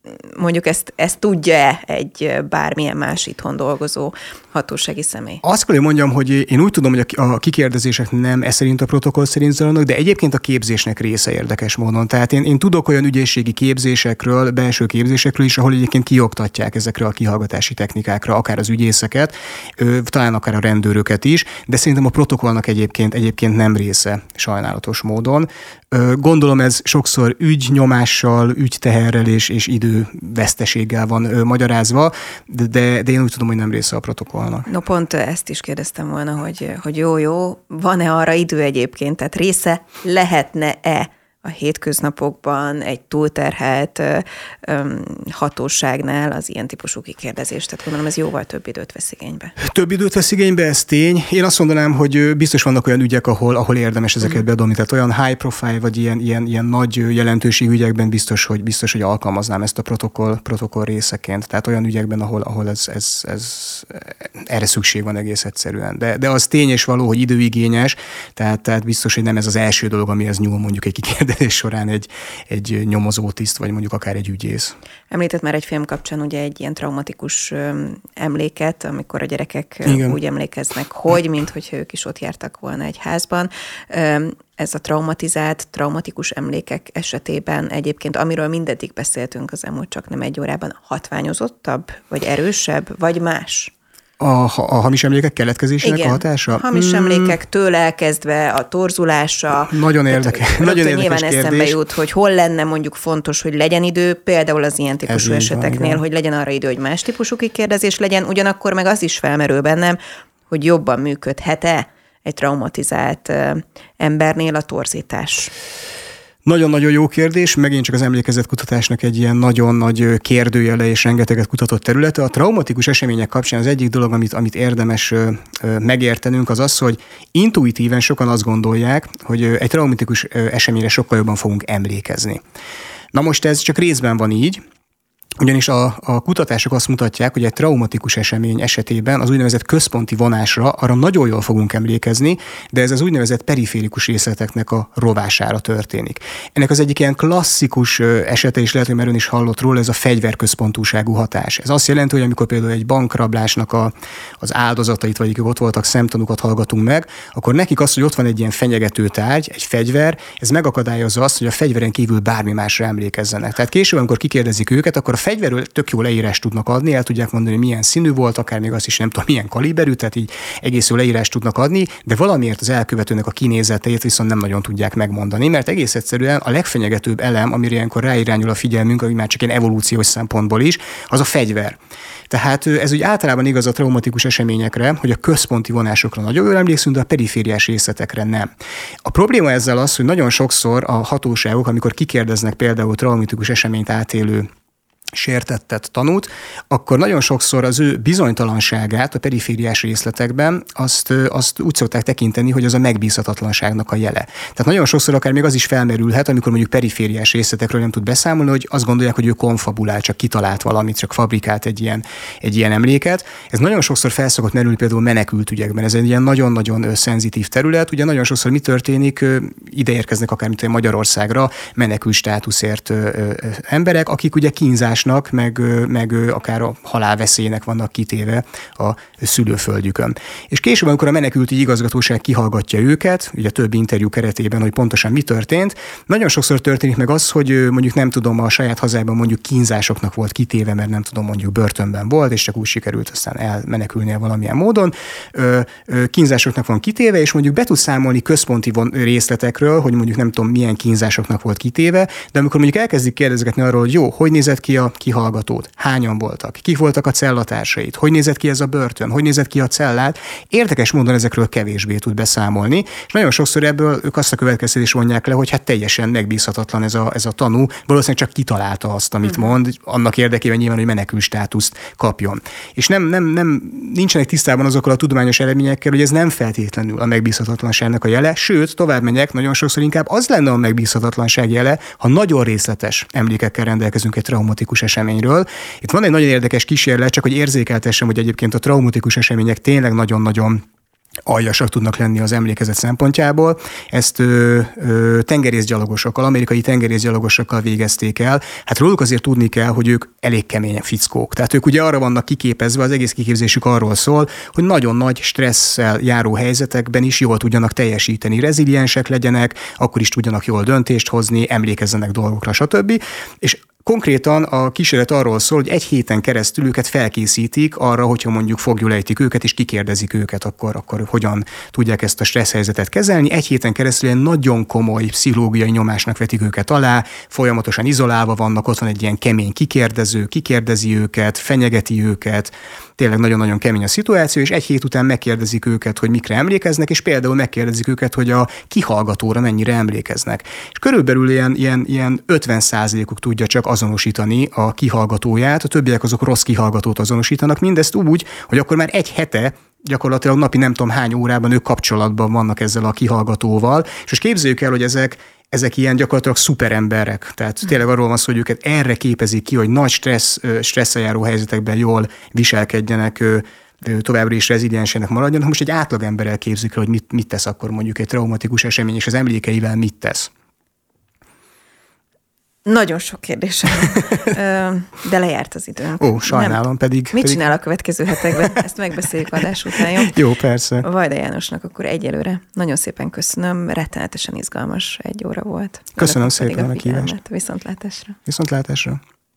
mondjuk ezt, ezt tudja-e egy bármilyen más itthon dolgozó hatósági személy? Azt kell, hogy mondjam, hogy én úgy tudom, hogy a kikérdezések nem e szerint a protokoll szerint zajlanak, de egyébként a képzésnek része érdekes módon. Tehát én, én tudok olyan ügyészségi képzésekről, belső képzésekről is, ahol egyébként kioktatják ezekre a kihallgatási technikákra, akár az ügyészeket, talán akár a rendőröket is, de szerintem a protokollnak egyébként, egyébként nem része sajnálatos módon. Gondolom ez sokszor ügynyomással, ügyteherrel és, és időveszteséggel van magyarázva, de, de én úgy tudom, hogy nem része a protokollnak. No pont ezt is kérdeztem volna, hogy, hogy jó-jó, van-e arra idő egyébként, tehát része lehetne-e a hétköznapokban egy túlterhelt öm, hatóságnál az ilyen típusú kikérdezést. Tehát gondolom, ez jóval több időt vesz igénybe. Több időt vesz igénybe, ez tény. Én azt mondanám, hogy biztos vannak olyan ügyek, ahol, ahol érdemes ezeket mm. bedobni. Tehát olyan high profile, vagy ilyen, ilyen, ilyen nagy jelentőségű ügyekben biztos, hogy, biztos, hogy alkalmaznám ezt a protokoll, protokoll részeként. Tehát olyan ügyekben, ahol, ahol ez, ez, ez, erre szükség van egész egyszerűen. De, de az tény és való, hogy időigényes, tehát, tehát biztos, hogy nem ez az első dolog, amihez nyúl mondjuk egy kikérdezés során egy, egy nyomozótiszt, vagy mondjuk akár egy ügyész. Említett már egy film kapcsán ugye egy ilyen traumatikus emléket, amikor a gyerekek Igen. úgy emlékeznek, hogy, mint hogyha ők is ott jártak volna egy házban. Ez a traumatizált, traumatikus emlékek esetében egyébként, amiről mindeddig beszéltünk az elmúlt csak nem egy órában, hatványozottabb, vagy erősebb, vagy más? A, a hamis emlékek keletkezésének Igen. a hatása? Hamis hmm. emlékektől elkezdve a torzulása. Nagyon érdekes. Nagyon érdekes nyilván kérdés. eszembe jut, hogy hol lenne mondjuk fontos, hogy legyen idő, például az ilyen típusú Ez eseteknél, van, hogy legyen arra idő, hogy más típusú kikérdezés legyen, ugyanakkor meg az is felmerül bennem, hogy jobban működhet-e egy traumatizált embernél a torzítás. Nagyon-nagyon jó kérdés, megint csak az emlékezetkutatásnak egy ilyen nagyon nagy kérdőjele és rengeteget kutatott területe. A traumatikus események kapcsán az egyik dolog, amit, amit érdemes megértenünk, az az, hogy intuitíven sokan azt gondolják, hogy egy traumatikus eseményre sokkal jobban fogunk emlékezni. Na most ez csak részben van így, ugyanis a, a kutatások azt mutatják, hogy egy traumatikus esemény esetében az úgynevezett központi vonásra arra nagyon jól fogunk emlékezni, de ez az úgynevezett periférikus részleteknek a rovására történik. Ennek az egyik ilyen klasszikus esete is lehet, hogy már ön is hallott róla, ez a fegyverközpontúságú hatás. Ez azt jelenti, hogy amikor például egy bankrablásnak a, az áldozatait, vagy akik ott voltak, szemtanúkat hallgatunk meg, akkor nekik az, hogy ott van egy ilyen fenyegető tárgy, egy fegyver, ez megakadályozza azt, hogy a fegyveren kívül bármi másra emlékezzenek. Tehát később, amikor kikérdezik őket, akkor a fegyverről tök jó leírást tudnak adni, el tudják mondani, milyen színű volt, akár még azt is nem tudom, milyen kaliberű, tehát így egész jó leírást tudnak adni, de valamiért az elkövetőnek a kinézetét viszont nem nagyon tudják megmondani, mert egész egyszerűen a legfenyegetőbb elem, amire ilyenkor ráirányul a figyelmünk, ami már csak ilyen evolúciós szempontból is, az a fegyver. Tehát ez úgy általában igaz a traumatikus eseményekre, hogy a központi vonásokra nagyon jól emlékszünk, de a perifériás részletekre nem. A probléma ezzel az, hogy nagyon sokszor a hatóságok, amikor kikérdeznek például traumatikus eseményt átélő sértettet, tanút, akkor nagyon sokszor az ő bizonytalanságát a perifériás részletekben azt, azt úgy szokták tekinteni, hogy az a megbízhatatlanságnak a jele. Tehát nagyon sokszor akár még az is felmerülhet, amikor mondjuk perifériás részletekről nem tud beszámolni, hogy azt gondolják, hogy ő konfabulál, csak kitalált valamit, csak fabrikált egy ilyen, egy ilyen emléket. Ez nagyon sokszor felszokott merülni például menekült ügyekben. Ez egy ilyen nagyon-nagyon szenzitív terület. Ugye nagyon sokszor mi történik, ide érkeznek akár mint Magyarországra menekült státuszért emberek, akik ugye kínzás meg, meg akár a halálveszélynek vannak kitéve a szülőföldjükön. És később, amikor a menekültügyi igazgatóság kihallgatja őket, ugye több interjú keretében, hogy pontosan mi történt, nagyon sokszor történik meg az, hogy mondjuk nem tudom, a saját hazájában mondjuk kínzásoknak volt kitéve, mert nem tudom, mondjuk börtönben volt, és csak úgy sikerült aztán elmenekülnie valamilyen módon. Kínzásoknak van kitéve, és mondjuk be tud számolni központi részletekről, hogy mondjuk nem tudom, milyen kínzásoknak volt kitéve, de amikor mondjuk elkezdik kérdezgetni arról, hogy jó, hogy nézett ki a kihallgatót, hányan voltak, kik voltak a cellatársait, hogy nézett ki ez a börtön, hogy nézett ki a cellát, érdekes módon ezekről kevésbé tud beszámolni, és nagyon sokszor ebből ők azt a következtetést vonják le, hogy hát teljesen megbízhatatlan ez a, ez a tanú, valószínűleg csak kitalálta azt, amit mond, annak érdekében nyilván, hogy menekült státuszt kapjon. És nem, nem, nem, nincsenek tisztában azokkal a tudományos eredményekkel, hogy ez nem feltétlenül a megbízhatatlanságnak a jele, sőt, tovább megyek, nagyon sokszor inkább az lenne a megbízhatatlanság jele, ha nagyon részletes emlékekkel rendelkezünk egy traumatikus eseményről. Itt van egy nagyon érdekes kísérlet, csak hogy érzékeltessem, hogy egyébként a traumatikus események tényleg nagyon-nagyon aljasak tudnak lenni az emlékezet szempontjából. Ezt ö, ö, tengerészgyalogosokkal, amerikai tengerészgyalogosokkal végezték el. Hát róluk azért tudni kell, hogy ők elég keményen fickók. Tehát ők ugye arra vannak kiképezve, az egész kiképzésük arról szól, hogy nagyon nagy stresszel járó helyzetekben is jól tudjanak teljesíteni, reziliensek legyenek, akkor is tudjanak jól döntést hozni, emlékezzenek dolgokra, stb. És konkrétan a kísérlet arról szól, hogy egy héten keresztül őket felkészítik arra, hogyha mondjuk foglyulejtik őket, és kikérdezik őket, akkor, akkor hogyan tudják ezt a stressz helyzetet kezelni. Egy héten keresztül egy nagyon komoly pszichológiai nyomásnak vetik őket alá, folyamatosan izolálva vannak, ott van egy ilyen kemény kikérdező, kikérdezi őket, fenyegeti őket, tényleg nagyon-nagyon kemény a szituáció, és egy hét után megkérdezik őket, hogy mikre emlékeznek, és például megkérdezik őket, hogy a kihallgatóra mennyire emlékeznek. És körülbelül ilyen, ilyen, ilyen ötven százalékuk tudja csak azonosítani a kihallgatóját, a többiek azok rossz kihallgatót azonosítanak, mindezt úgy, hogy akkor már egy hete gyakorlatilag napi nem tudom hány órában ők kapcsolatban vannak ezzel a kihallgatóval, és most képzeljük el, hogy ezek Ezek ilyen gyakorlatilag szuperemberek. Tehát tényleg arról van szó, hogy őket erre képezik ki, hogy nagy stressz, stresszel járó helyzetekben jól viselkedjenek, továbbra is reziliensenek maradjanak. Most egy átlagemberrel képzik el, hogy mit, mit tesz akkor mondjuk egy traumatikus esemény, és az emlékeivel mit tesz. Nagyon sok kérdésem, de lejárt az időnk. Ó, sajnálom, Nem. pedig... Mit pedig... csinál a következő hetekben? Ezt megbeszéljük adás után, jó? Jó, persze. Vajda Jánosnak akkor egyelőre. Nagyon szépen köszönöm, rettenetesen izgalmas egy óra volt. Köszönöm szépen a meghívást. Viszontlátásra. Viszontlátásra.